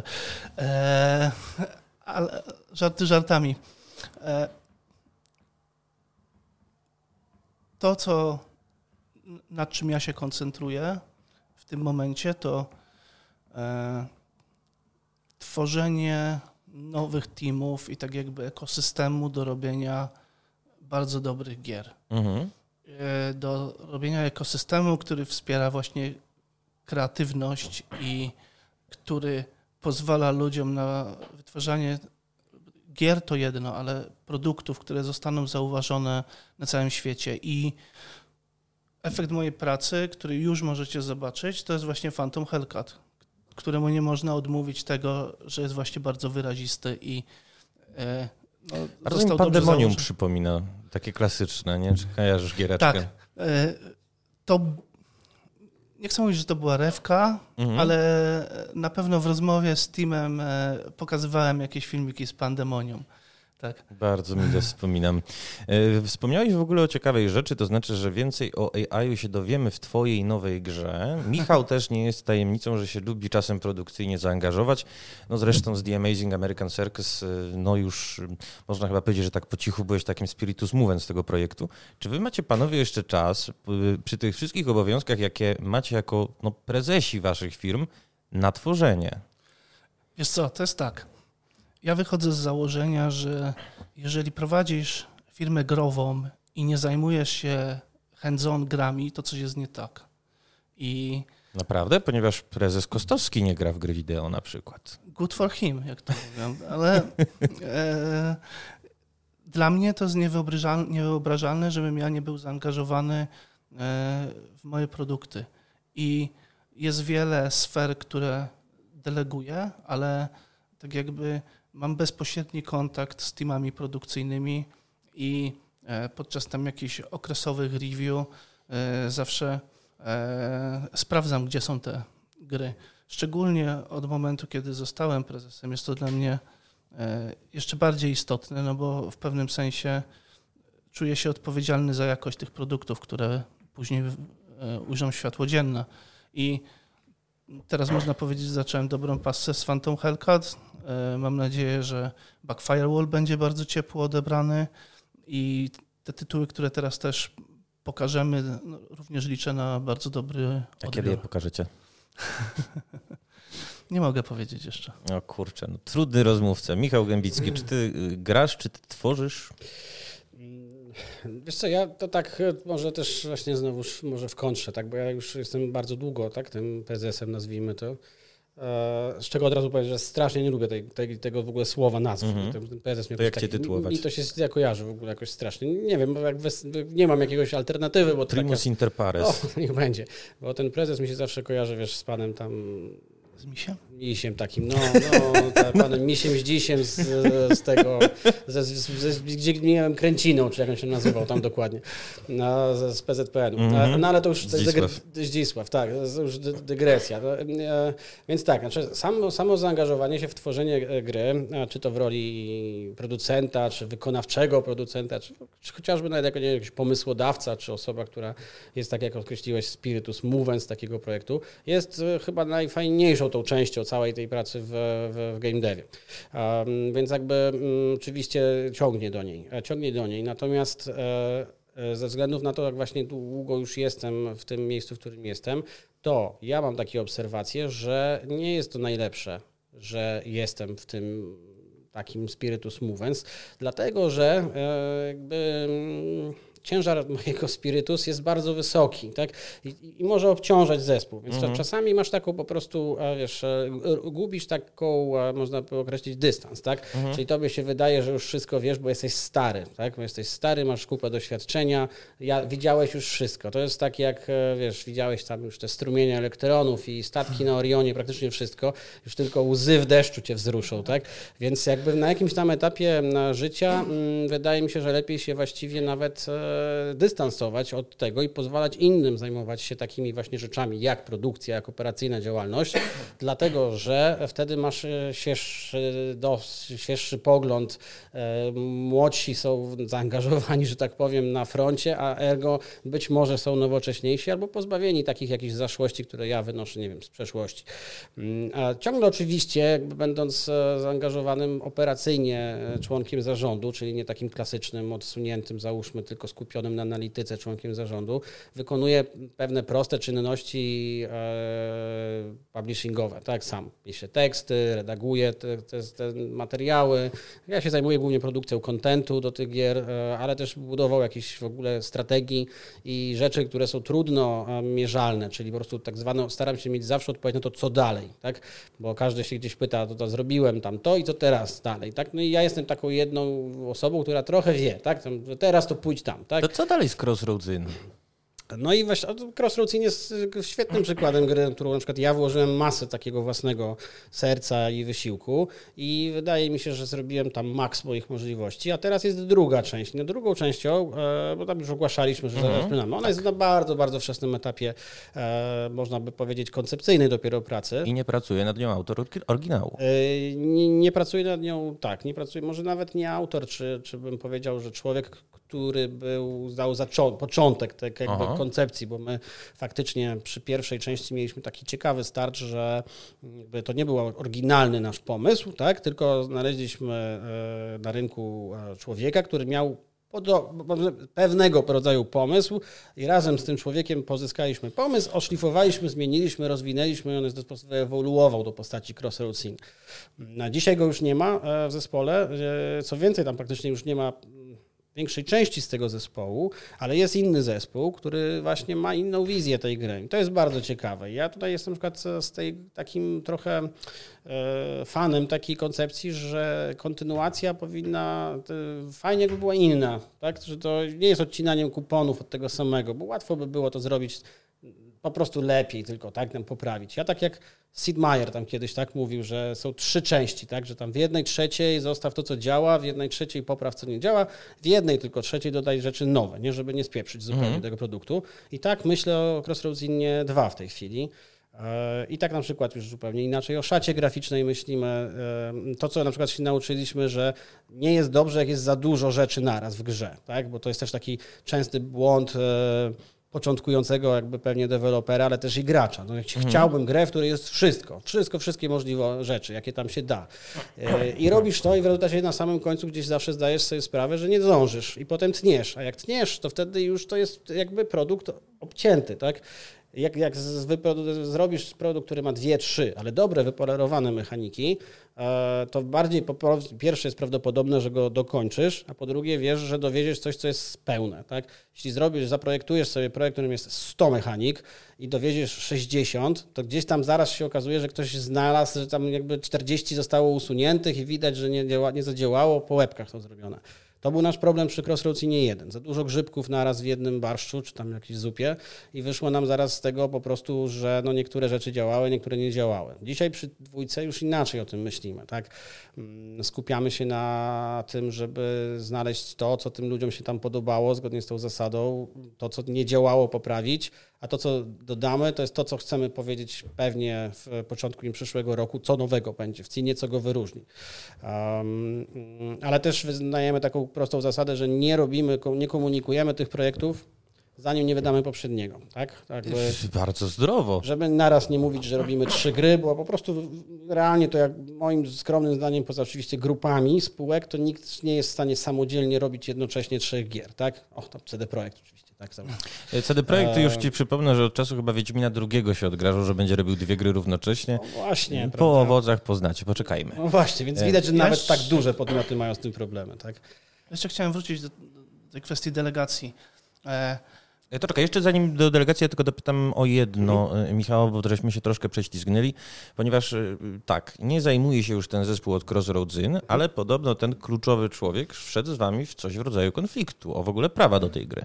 Ale żarty żartami. To, nad czym ja się koncentruję w tym momencie, to tworzenie nowych teamów i tak jakby ekosystemu do robienia bardzo dobrych gier. Do robienia ekosystemu, który wspiera właśnie kreatywność i który pozwala ludziom na wytwarzanie gier to jedno, ale produktów, które zostaną zauważone na całym świecie. I efekt mojej pracy, który już możecie zobaczyć, to jest właśnie Phantom Hellcat, któremu nie można odmówić tego, że jest właśnie bardzo wyrazisty i bardzo mi Pandemonium przypomina, takie klasyczne, nie? Czy kojarzysz giereczkę? Tak. To nie chcę mówić, że to była rewka, ale na pewno w rozmowie z teamem pokazywałem jakieś filmiki z Pandemonium. Tak. Bardzo mile wspominam. Wspomniałeś w ogóle o ciekawej rzeczy, to znaczy, że więcej o AI-u się dowiemy w twojej nowej grze. Michał też nie jest tajemnicą, że się lubi czasem produkcyjnie zaangażować. No zresztą z The Amazing American Circus, no już można chyba powiedzieć, że tak po cichu byłeś takim spiritus movens tego projektu. Czy wy macie panowie jeszcze czas przy tych wszystkich obowiązkach, jakie macie jako prezesi waszych firm, na tworzenie? Wiesz co, to jest tak. Ja wychodzę z założenia, że jeżeli prowadzisz firmę grową i nie zajmujesz się hands-on grami, to coś jest nie tak. I naprawdę? Ponieważ prezes Kostowski nie gra w gry wideo na przykład. Good for him, jak to mówią. Ale dla mnie to jest niewyobrażalne, żebym ja nie był zaangażowany w moje produkty. I jest wiele sfer, które deleguję, ale tak jakby mam bezpośredni kontakt z teamami produkcyjnymi i podczas tam jakichś okresowych review zawsze sprawdzam, gdzie są te gry. Szczególnie od momentu, kiedy zostałem prezesem, jest to dla mnie jeszcze bardziej istotne, no bo w pewnym sensie czuję się odpowiedzialny za jakość tych produktów, które później ujrzą światło dzienne. I teraz można powiedzieć, że zacząłem dobrą pasę z Phantom Hellcat. Mam nadzieję, że Backfirewall będzie bardzo ciepło odebrany i te tytuły, które teraz też pokażemy, no, również liczę na bardzo dobry odbiór. A kiedy je pokażecie? Nie mogę powiedzieć jeszcze. O kurczę, no, trudny rozmówca. Michał Gębicki, czy ty grasz, czy ty tworzysz? Wiesz co, ja to tak może też właśnie znowuż może w kontrze, tak, bo ja już jestem bardzo długo, tak, tym prezesem, nazwijmy to. z czego od razu powiem, że strasznie nie lubię tego w ogóle słowa nazwy. Ten prezes mnie to jak cię tytułować? Mi to się źle kojarzy w ogóle jakoś strasznie. Nie wiem, nie mam jakiegoś alternatywy. Bo Primus inter pares. O, niech będzie. Bo ten prezes mi się zawsze kojarzy, wiesz, z panem tam... Z misiem? Misiem takim, panem Misiem z Dzisiem z tego, gdzie nie wiem, Kręciną, czy jak on się nazywał tam dokładnie, z PZPN-u. No ale to już Zdzisław, tak, to już dygresja. Więc tak, znaczy samo zaangażowanie się w tworzenie gry, czy to w roli producenta, czy wykonawczego producenta, czy chociażby nawet jako jakiś pomysłodawca, czy osoba, która jest, tak jak określiłeś, spiritus movens takiego projektu, jest chyba najfajniejszą tą częścią całej tej pracy w game devie. Więc jakby oczywiście ciągnie do niej. Natomiast ze względów na to, jak właśnie długo już jestem w tym miejscu, w którym jestem, to ja mam takie obserwacje, że nie jest to najlepsze, że jestem w tym takim spiritus movens, dlatego że jakby ciężar mojego spirytus jest bardzo wysoki, tak? I może obciążać zespół. Więc czasami masz taką po prostu, wiesz, gubisz taką, można by określić, dystans, tak? Czyli tobie się wydaje, że już wszystko wiesz, bo jesteś stary, tak? Bo jesteś stary, masz kupę doświadczenia, widziałeś już wszystko. To jest tak jak, wiesz, widziałeś tam już te strumienie elektronów i statki na Orionie, praktycznie wszystko. Już tylko łzy w deszczu cię wzruszą, tak? Więc jakby na jakimś tam etapie życia wydaje mi się, że lepiej się właściwie nawet dystansować od tego i pozwalać innym zajmować się takimi właśnie rzeczami jak produkcja, jak operacyjna działalność, dlatego że wtedy masz świeższy pogląd, młodsi są zaangażowani, że tak powiem, na froncie, a ergo być może są nowocześniejsi albo pozbawieni takich jakichś zaszłości, które ja wynoszę, nie wiem, z przeszłości. A ciągle oczywiście, będąc zaangażowanym operacyjnie członkiem zarządu, czyli nie takim klasycznym, odsuniętym, załóżmy, tylko skupionym na analityce członkiem zarządu, wykonuje pewne proste czynności publishingowe, tak, sam pisze teksty, redaguje te materiały. Ja się zajmuję głównie produkcją kontentu do tych gier, ale też budował jakieś w ogóle strategii i rzeczy, które są trudno mierzalne, czyli po prostu tak zwane, staram się mieć zawsze odpowiedź na to, co dalej, tak, bo każdy się gdzieś pyta, to zrobiłem tam to i co teraz dalej, tak, no i ja jestem taką jedną osobą, która trochę wie, tak, teraz to pójdź tam, tak. To co dalej z Crossroads In? No i właśnie Crossroads In jest świetnym przykładem gry, którą na przykład ja włożyłem masę takiego własnego serca i wysiłku i wydaje mi się, że zrobiłem tam maks moich możliwości, a teraz jest druga część. No, drugą częścią, bo tam już ogłaszaliśmy, że zaczynamy. Ona jest na bardzo, bardzo wczesnym etapie, można by powiedzieć, koncepcyjnej dopiero pracy. I nie pracuje nad nią autor oryginału. Nie pracuje nad nią, tak, nie pracuje, może nawet nie autor, czy bym powiedział, że człowiek, który dał początek tej jakby koncepcji, bo my faktycznie przy pierwszej części mieliśmy taki ciekawy start, że jakby to nie był oryginalny nasz pomysł, tak? Tylko znaleźliśmy na rynku człowieka, który miał pewnego rodzaju pomysł i razem z tym człowiekiem pozyskaliśmy pomysł, oszlifowaliśmy, zmieniliśmy, rozwinęliśmy i on jest w sposób ewoluował do postaci Crossroads In. Dzisiaj go już nie ma w zespole, co więcej, tam praktycznie już nie ma większej części z tego zespołu, ale jest inny zespół, który właśnie ma inną wizję tej gry. I to jest bardzo ciekawe. Ja tutaj jestem na przykład takim trochę fanem takiej koncepcji, że kontynuacja powinna, fajnie jakby była inna, tak? Że to nie jest odcinaniem kuponów od tego samego, bo łatwo by było to zrobić po prostu lepiej, tylko tak nam poprawić. Ja tak jak Sid Meier tam kiedyś tak mówił, że są 3 części, tak, że tam w 1/3 zostaw to, co działa, w 1/3 popraw, co nie działa, w 1/3 dodaj rzeczy nowe, nie, żeby nie spieprzyć zupełnie tego produktu. I tak myślę o Crossroads Inie 2 w tej chwili. I tak na przykład już zupełnie inaczej o szacie graficznej myślimy. To, co na przykład się nauczyliśmy, że nie jest dobrze, jak jest za dużo rzeczy naraz w grze, tak, bo to jest też taki częsty błąd początkującego jakby pewnie dewelopera, ale też i gracza. No, chciałbym grę, w której jest wszystkie możliwe rzeczy, jakie tam się da. I robisz to i w rezultacie na samym końcu gdzieś zawsze zdajesz sobie sprawę, że nie zdążysz i potem tniesz. A jak tniesz, to wtedy już to jest jakby produkt obcięty, tak? Jak zrobisz produkt, który ma 2-3, ale dobre, wypolerowane mechaniki, to bardziej pierwsze jest prawdopodobne, że go dokończysz, a po drugie wiesz, że dowieziesz coś, co jest pełne. Tak? Jeśli zaprojektujesz sobie projekt, w którym jest 100 mechanik i dowieziesz 60, to gdzieś tam zaraz się okazuje, że ktoś znalazł, że tam jakby 40 zostało usuniętych i widać, że nie zadziałało, po łebkach to zrobione. To był nasz problem przy Crossroads i nie jeden. Za dużo grzybków naraz w jednym barszczu, czy tam jakiejś zupie i wyszło nam zaraz z tego po prostu, że no niektóre rzeczy działały, niektóre nie działały. Dzisiaj przy dwójce już inaczej o tym myślimy. Tak? Skupiamy się na tym, żeby znaleźć to, co tym ludziom się tam podobało, zgodnie z tą zasadą, to, co nie działało, poprawić, a to, co dodamy, to jest to, co chcemy powiedzieć pewnie w początku przyszłego roku, co nowego będzie w CIN-ie, co go wyróżni. Ale też wyznajemy taką prostą zasadę, że nie komunikujemy tych projektów, zanim nie wydamy poprzedniego. Tak? Bardzo zdrowo. Żeby naraz nie mówić, że robimy 3 gry, bo po prostu realnie to jak moim skromnym zdaniem, poza oczywiście grupami spółek, to nikt nie jest w stanie samodzielnie robić jednocześnie 3 gier. Tak? Tam CD Projekt oczywiście. Tak, CD Projekt, już ci przypomnę, że od czasu chyba Wiedźmina II się odgrażał, że będzie robił 2 gry równocześnie. No właśnie. Po owocach poznacie, poczekajmy. No właśnie, więc widać, że nawet tak duże podmioty mają z tym problemy. Tak? Jeszcze chciałem wrócić do tej kwestii delegacji. To czekaj, jeszcze zanim do delegacji, ja tylko dopytam o jedno, Michał, bo żeśmy się troszkę prześlizgnęli, ponieważ tak, nie zajmuje się już ten zespół od Crossroads, ale podobno ten kluczowy człowiek wszedł z wami w coś w rodzaju konfliktu, o w ogóle prawa do tej gry.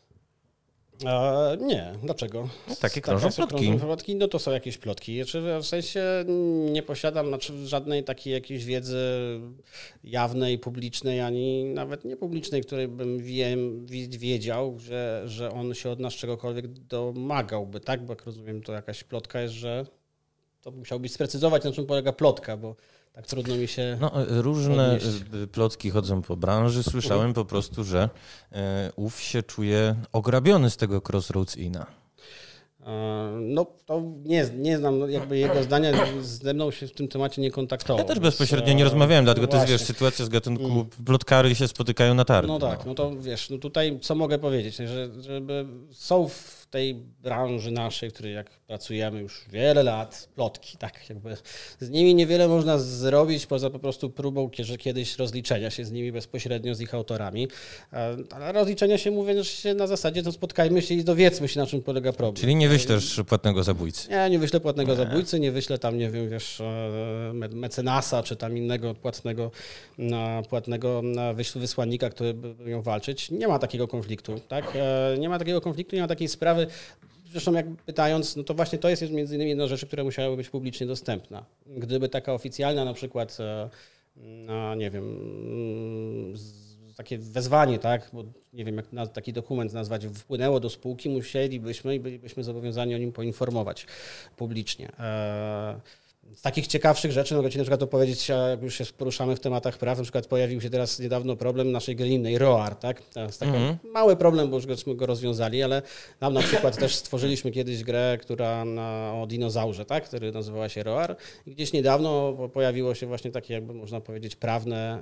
Nie, dlaczego? Takie krążą plotki. No to są jakieś plotki. W sensie nie posiadam żadnej takiej jakiejś wiedzy jawnej, publicznej, ani nawet niepublicznej, której bym wiedział, że on się od nas czegokolwiek domagałby, tak? Bo jak rozumiem, to jakaś plotka jest, że to musiałbyś sprecyzować, na czym polega plotka, bo tak trudno mi się różne odnieść. plotki chodzą po branży. Słyszałem po prostu, że ów się czuje ograbiony z tego Crossroads Inna. No to nie znam jakby jego zdania, ze mną się w tym temacie nie kontaktował. Ja też bezpośrednio nie rozmawiałem, dlatego to jest sytuacja z gatunku plotkary się spotykają na targu. No tak, no to tutaj co mogę powiedzieć, żeby są w tej branży naszej, w której jak pracujemy już wiele lat, plotki, tak jakby z nimi niewiele można zrobić poza po prostu próbą kiedyś rozliczenia się z nimi bezpośrednio, z ich autorami, ale rozliczenia się mówię na zasadzie, to spotkajmy się i dowiedzmy się, na czym polega problem. Czyli nie wyślesz płatnego zabójcy? Nie wyślę płatnego zabójcy, nie wyślę tam, nie wiem, mecenasa, czy tam innego płatnego wysłannika, który by miał walczyć. Nie ma takiego konfliktu, tak? Nie ma takiego konfliktu, nie ma takiej sprawy. Zresztą jak pytając, no to właśnie to jest między innymi jedna z rzeczy, która musiałaby być publicznie dostępna. Gdyby taka oficjalna na przykład, nie wiem, takie wezwanie, tak, bo nie wiem jak taki dokument nazwać, wpłynęło do spółki, musielibyśmy i bylibyśmy zobowiązani o nim poinformować publicznie. Z takich ciekawszych rzeczy mogę Ci na przykład opowiedzieć, jak już się poruszamy w tematach praw, na przykład pojawił się teraz niedawno problem naszej gry innej, ROAR, tak? To jest taki mały problem, bo już go rozwiązali, ale nam na przykład też stworzyliśmy kiedyś grę, o dinozaurze, tak? Która nazywała się ROAR i gdzieś niedawno pojawiło się właśnie taki, jakby można powiedzieć, prawny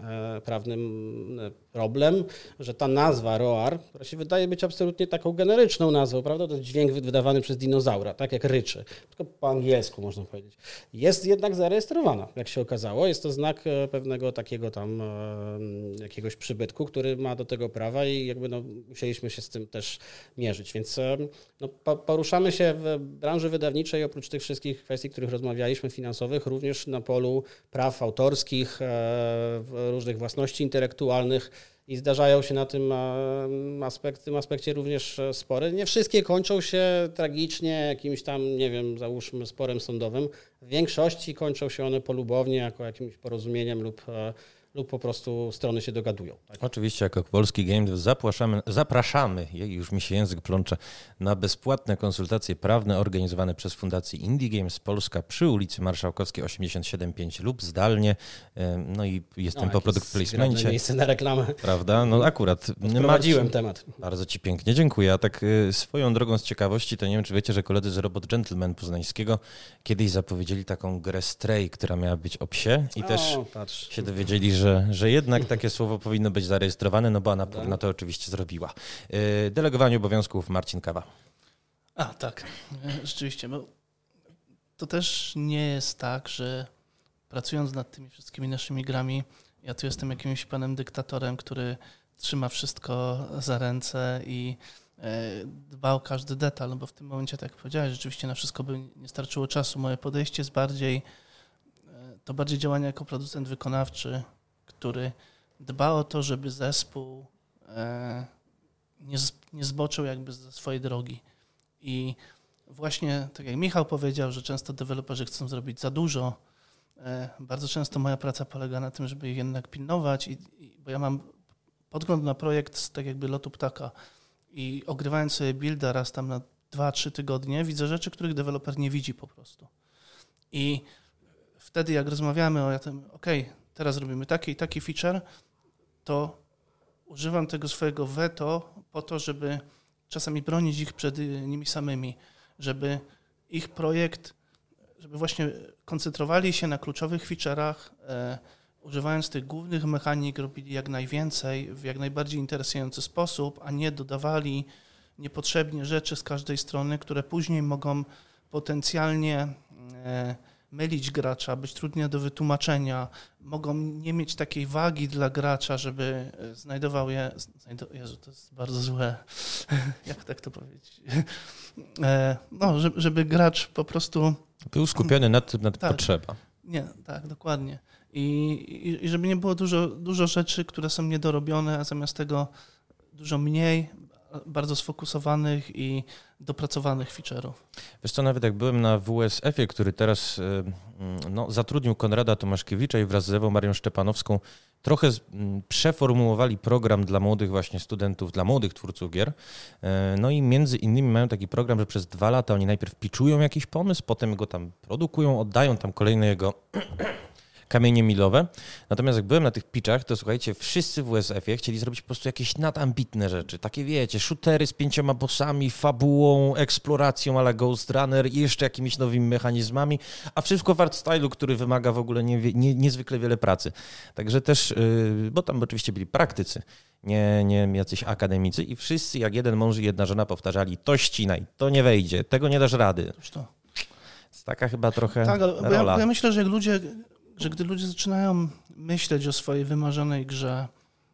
problem, że ta nazwa ROAR, która się wydaje być absolutnie taką generyczną nazwą, prawda? To jest dźwięk wydawany przez dinozaura, tak jak ryczy, tylko po angielsku można powiedzieć. Jest jednak zarejestrowana, jak się okazało. Jest to znak pewnego takiego tam jakiegoś przybytku, który ma do tego prawa i jakby musieliśmy się z tym też mierzyć. Więc poruszamy się w branży wydawniczej, oprócz tych wszystkich kwestii, których rozmawialiśmy, finansowych, również na polu praw autorskich, różnych własności intelektualnych. I zdarzają się na tym aspekcie również spory. Nie wszystkie kończą się tragicznie, jakimś tam, nie wiem, załóżmy sporem sądowym. W większości kończą się one polubownie, jako jakimś porozumieniem lub po prostu strony się dogadują. Tak? Oczywiście jako Polski Game Dev zapraszamy, już mi się język plącze, na bezpłatne konsultacje prawne organizowane przez Fundację Indie Games Polska przy ulicy Marszałkowskiej 87-5 lub zdalnie. No i jestem po product placemencie. Miejsce na reklamę. Prawda? No akurat. Prowadziłem temat. Bardzo Ci pięknie dziękuję. A tak swoją drogą z ciekawości, to nie wiem, czy wiecie, że koledzy z Robot Gentleman poznańskiego kiedyś zapowiedzieli taką grę Stray, która miała być o psie i też się dowiedzieli, że jednak takie słowo powinno być zarejestrowane, no bo Anapurna to oczywiście zrobiła. Delegowanie obowiązków Marcin Kawa. Tak, rzeczywiście. Bo to też nie jest tak, że pracując nad tymi wszystkimi naszymi grami, ja tu jestem jakimś panem dyktatorem, który trzyma wszystko za ręce i dba o każdy detal, bo w tym momencie, tak jak powiedziałeś, rzeczywiście na wszystko by nie starczyło czasu. Moje podejście jest bardziej działanie jako producent wykonawczy, który dba o to, żeby zespół nie zboczył jakby ze swojej drogi. I właśnie, tak jak Michał powiedział, że często deweloperzy chcą zrobić za dużo, bardzo często moja praca polega na tym, żeby ich jednak pilnować, bo ja mam podgląd na projekt tak jakby lotu ptaka i ogrywając sobie builda raz tam na 2-3 tygodnie, widzę rzeczy, których deweloper nie widzi po prostu. I wtedy jak rozmawiamy o tym, teraz robimy taki i taki feature, to używam tego swojego veto po to, żeby czasami bronić ich przed nimi samymi, żeby ich projekt, żeby właśnie koncentrowali się na kluczowych feature'ach, używając tych głównych mechanik, robili jak najwięcej, w jak najbardziej interesujący sposób, a nie dodawali niepotrzebnie rzeczy z każdej strony, które później mogą potencjalnie mylić gracza, być trudne do wytłumaczenia, mogą nie mieć takiej wagi dla gracza, żeby znajdował je... Jezu, to jest bardzo złe. Jak tak to powiedzieć? Żeby gracz po prostu... Był skupiony nad tym, tak, potrzeba. Nie, tak, dokładnie. I żeby nie było dużo rzeczy, które są niedorobione, a zamiast tego dużo mniej bardzo sfokusowanych i dopracowanych feature'ów. Wiesz co, nawet jak byłem na WSF-ie, który teraz zatrudnił Konrada Tomaszkiewicza i wraz z Ewą Marią Szczepanowską trochę przeformułowali program dla młodych właśnie studentów, dla młodych twórców gier. No i między innymi mają taki program, że przez 2 lata oni najpierw pitchują jakiś pomysł, potem go tam produkują, oddają tam kolejne jego kamienie milowe. Natomiast jak byłem na tych pitchach, to słuchajcie, wszyscy w WSF-ie chcieli zrobić po prostu jakieś nadambitne rzeczy. Takie wiecie, shootery z 5 bossami, fabułą, eksploracją a la Ghost Runner i jeszcze jakimiś nowymi mechanizmami, a wszystko w art stylu, który wymaga w ogóle niezwykle wiele pracy. Także też, bo tam oczywiście byli praktycy, nie jacyś akademicy i wszyscy jak jeden mąż i jedna żona powtarzali, to ścinaj, to nie wejdzie, tego nie dasz rady. To. Jest taka chyba trochę tak, ale rola. Ja myślę, że gdy ludzie zaczynają myśleć o swojej wymarzonej grze,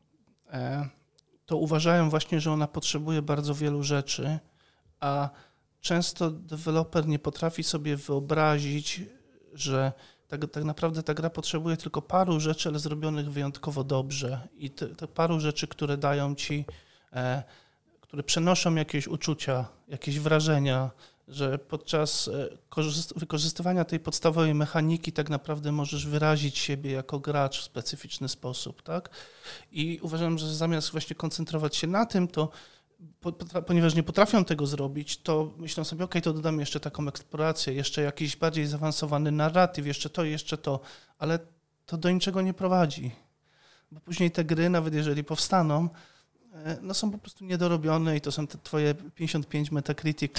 to uważają właśnie, że ona potrzebuje bardzo wielu rzeczy, a często deweloper nie potrafi sobie wyobrazić, że tak naprawdę ta gra potrzebuje tylko paru rzeczy, ale zrobionych wyjątkowo dobrze i te paru rzeczy, które dają ci, które przenoszą jakieś uczucia, jakieś wrażenia, że podczas wykorzystywania tej podstawowej mechaniki tak naprawdę możesz wyrazić siebie jako gracz w specyficzny sposób, tak? I uważam, że zamiast właśnie koncentrować się na tym, to ponieważ nie potrafią tego zrobić, to myślą sobie, to dodamy jeszcze taką eksplorację, jeszcze jakiś bardziej zaawansowany narratyw, jeszcze to, ale to do niczego nie prowadzi. Bo później te gry, nawet jeżeli powstaną, są po prostu niedorobione i to są te twoje 55 Metacritic,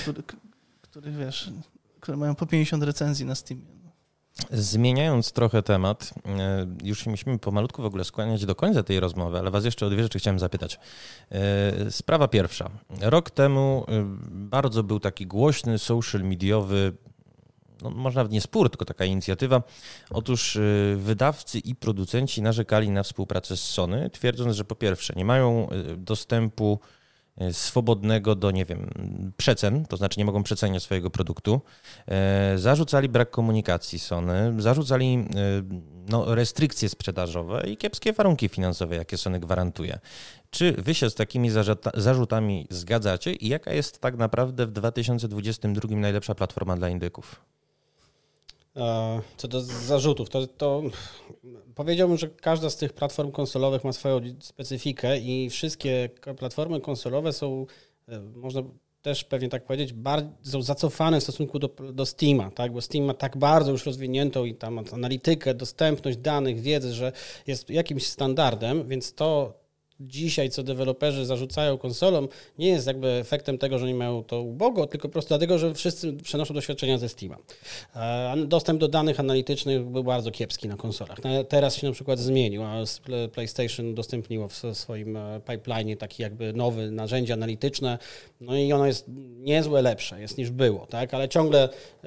które mają po 50 recenzji na Steamie. Zmieniając trochę temat, już się musimy pomalutku w ogóle skłaniać do końca tej rozmowy, ale was jeszcze o 2 rzeczy chciałem zapytać. Sprawa pierwsza. Rok temu bardzo był taki głośny, social mediowy, może nawet nie spór, tylko taka inicjatywa. Otóż wydawcy i producenci narzekali na współpracę z Sony, twierdząc, że po pierwsze nie mają dostępu swobodnego do, przecen, to znaczy nie mogą przeceniać swojego produktu. Zarzucali brak komunikacji Sony, zarzucali restrykcje sprzedażowe i kiepskie warunki finansowe, jakie Sony gwarantuje. Czy wy się z takimi zarzutami zgadzacie i jaka jest tak naprawdę w 2022 najlepsza platforma dla indyków? Co do zarzutów, to powiedziałbym, że każda z tych platform konsolowych ma swoją specyfikę i wszystkie platformy konsolowe są, można też pewnie tak powiedzieć, bardzo zacofane w stosunku do Steama, tak? Bo Steam ma tak bardzo już rozwiniętą i tam analitykę, dostępność danych, wiedzę, że jest jakimś standardem, więc to dzisiaj, co deweloperzy zarzucają konsolom, nie jest jakby efektem tego, że oni mają to ubogo, tylko po prostu dlatego, że wszyscy przenoszą doświadczenia ze Steama. Dostęp do danych analitycznych był bardzo kiepski na konsolach. Teraz się na przykład zmienił, a PlayStation udostępniło w swoim pipeline taki jakby nowy narzędzie analityczne, no i ono jest niezłe, lepsze jest niż było, tak? Ale ciągle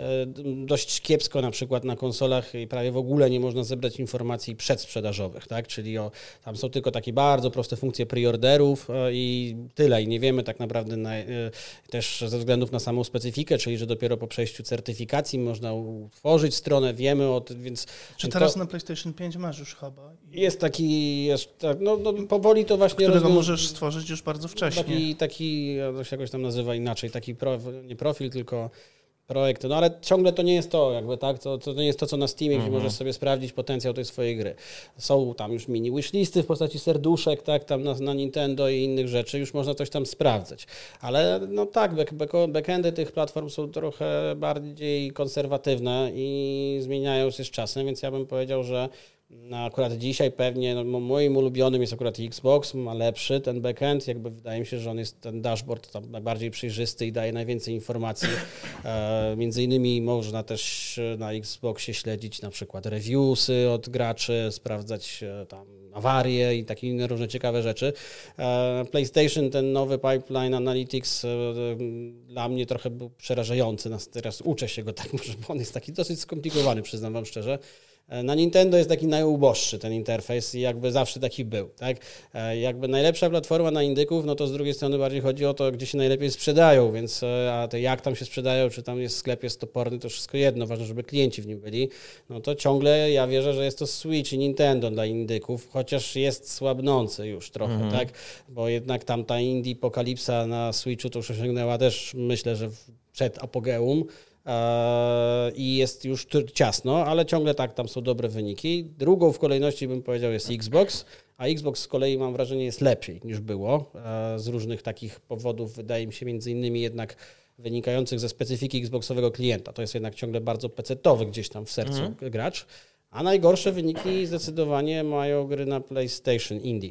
dość kiepsko na przykład na konsolach i prawie w ogóle nie można zebrać informacji przedsprzedażowych, tak? Czyli tam są tylko takie bardzo proste funkcje preorderów i tyle. I nie wiemy tak naprawdę też ze względów na samą specyfikę, czyli że dopiero po przejściu certyfikacji można utworzyć stronę, wiemy o tym, więc... Czy teraz na PlayStation 5 masz już huba? Jest taki, no powoli to właśnie... Którego możesz stworzyć już bardzo wcześnie. Taki to się jakoś tam nazywa inaczej, taki nie profil, tylko projekt, no ale ciągle to nie jest to, jakby tak, to nie jest to, co na Steamie, gdzie możesz sobie sprawdzić potencjał tej swojej gry. Są tam już mini wishlisty w postaci serduszek, tak, tam na Nintendo i innych rzeczy, już można coś tam sprawdzać. Ale no tak, backendy tych platform są trochę bardziej konserwatywne i zmieniają się z czasem, więc ja bym powiedział, że akurat dzisiaj pewnie, no, moim ulubionym jest akurat Xbox, ma lepszy ten backend, jakby wydaje mi się, że on jest ten dashboard tam najbardziej przejrzysty i daje najwięcej informacji. Między innymi można też na Xboxie śledzić na przykład reviewsy od graczy, sprawdzać tam awarie i takie inne różne ciekawe rzeczy. PlayStation, ten nowy pipeline Analytics dla mnie trochę był przerażający. Teraz uczę się go tak, bo on jest taki dosyć skomplikowany, przyznam wam szczerze. Na Nintendo jest taki najuboższy ten interfejs i jakby zawsze taki był, tak? Jakby najlepsza platforma na indyków, no to z drugiej strony bardziej chodzi o to, gdzie się najlepiej sprzedają, więc a to jak tam się sprzedają, czy tam jest sklep jest toporny, to wszystko jedno, ważne, żeby klienci w nim byli, no to ciągle ja wierzę, że jest to Switch i Nintendo dla indyków, chociaż jest słabnący już trochę, tak? Bo jednak tam ta indie apokalipsa na Switchu to już osiągnęła też, myślę, że przed apogeum, i jest już ciasno, ale ciągle tak, tam są dobre wyniki. Drugą w kolejności bym powiedział jest Xbox, a Xbox z kolei mam wrażenie jest lepiej niż było z różnych takich powodów, wydaje mi się między innymi jednak wynikających ze specyfiki Xboxowego klienta. To jest jednak ciągle bardzo pecetowy gdzieś tam w sercu gracz, a najgorsze wyniki zdecydowanie mają gry na PlayStation Indie,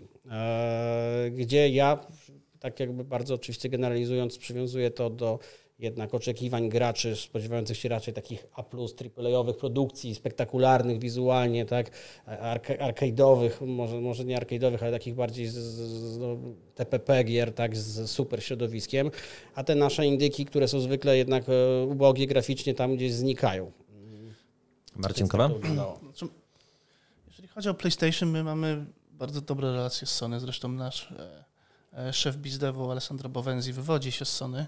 gdzie ja tak jakby bardzo oczywiście generalizując przywiązuję to do jednak oczekiwań graczy spodziewających się raczej takich A+, AAA-owych produkcji, spektakularnych wizualnie, tak, arcade'owych, może nie arcade'owych, ale takich bardziej TPP gier, tak, z super środowiskiem, a te nasze indyki, które są zwykle jednak ubogie graficznie, tam gdzieś znikają. Marcin Kowa? Jeżeli chodzi o PlayStation, my mamy bardzo dobre relacje z Sony, zresztą nasz szef bizdevu Alessandro Bovenzi wywodzi się z Sony.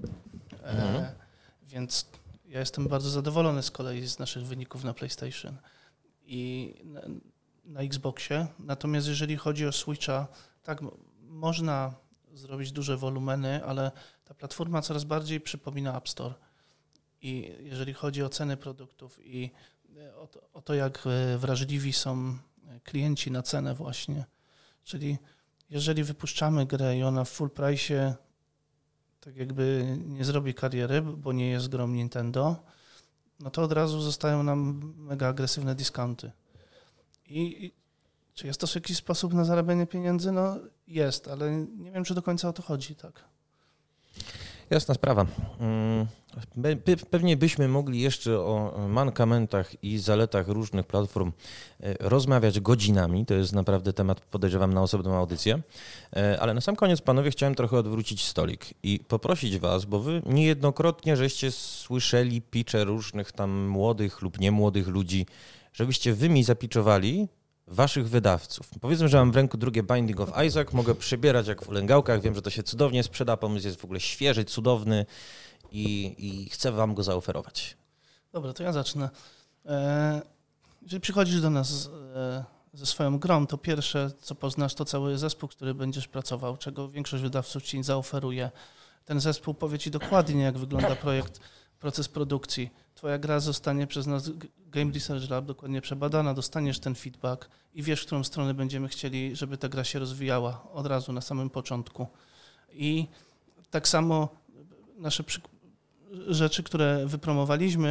Więc ja jestem bardzo zadowolony z kolei z naszych wyników na PlayStation i na Xboxie. Natomiast jeżeli chodzi o Switcha, tak, można zrobić duże wolumeny, ale ta platforma coraz bardziej przypomina App Store. I jeżeli chodzi o ceny produktów i o to, jak wrażliwi są klienci na cenę właśnie, czyli jeżeli wypuszczamy grę i ona w full price'ie tak jakby nie zrobi kariery, bo nie jest grą Nintendo, no to od razu zostają nam mega agresywne discounty. I czy jest to jakiś sposób na zarabianie pieniędzy? No jest, ale nie wiem, czy do końca o to chodzi, tak. Jasna sprawa. Pewnie byśmy mogli jeszcze o mankamentach i zaletach różnych platform rozmawiać godzinami. To jest naprawdę temat, podejrzewam, na osobną audycję. Ale na sam koniec, panowie, chciałem trochę odwrócić stolik i poprosić was, bo wy niejednokrotnie żeście słyszeli pitche różnych tam młodych lub niemłodych ludzi, żebyście wy mi zapiczowali waszych wydawców. Powiedzmy, że mam w ręku drugie Binding of Isaac, mogę przebierać jak w ulęgałkach, wiem, że to się cudownie sprzeda, pomysł jest w ogóle świeży, cudowny i chcę wam go zaoferować. Dobra, to ja zacznę. Jeżeli przychodzisz do nas ze swoją grą, to pierwsze, co poznasz, to cały zespół, który będziesz pracował, czego większość wydawców ci zaoferuje. Ten zespół powie ci dokładnie, jak wygląda proces produkcji. Twoja gra zostanie przez nas Game Research Lab dokładnie przebadana, dostaniesz ten feedback i wiesz, w którą stronę będziemy chcieli, żeby ta gra się rozwijała od razu na samym początku. I tak samo nasze rzeczy, które wypromowaliśmy,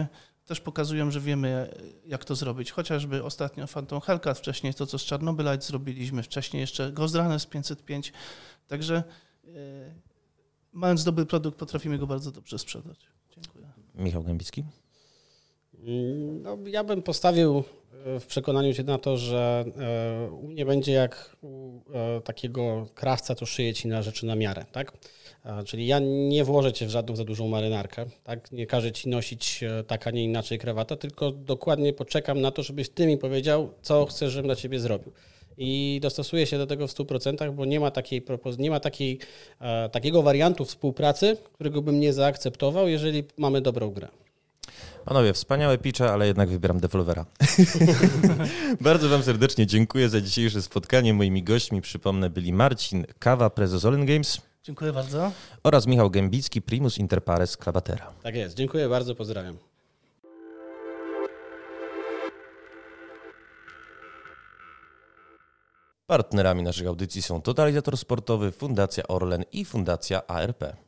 też pokazują, że wiemy, jak to zrobić. Chociażby ostatnio Phantom Hellcat, wcześniej to, co z Czarnobylite zrobiliśmy, wcześniej jeszcze Ghost Runners 505. Także mając dobry produkt, potrafimy go bardzo dobrze sprzedać. Dziękuję. Michał Gębicki? No, ja bym postawił w przekonaniu się na to, że u mnie będzie jak u takiego krawca, co szyje ci na rzeczy na miarę, tak? Czyli ja nie włożę cię w żadną za dużą marynarkę, tak? Nie każę ci nosić tak, a nie inaczej krawata, tylko dokładnie poczekam na to, żebyś ty mi powiedział, co chcesz, żebym dla ciebie zrobił. I dostosuję się do tego w 100%, bo nie ma takiego wariantu współpracy, którego bym nie zaakceptował, jeżeli mamy dobrą grę. Panowie, wspaniałe pitche, ale jednak wybieram Devolvera. Bardzo wam serdecznie dziękuję za dzisiejsze spotkanie. Moimi gośćmi, przypomnę, byli Marcin Kawa, prezes All-in Games. Dziękuję bardzo. Oraz Michał Gębicki, primus inter pares Klabatera. Tak jest, dziękuję bardzo, pozdrawiam. Partnerami naszych audycji są Totalizator Sportowy, Fundacja Orlen i Fundacja ARP.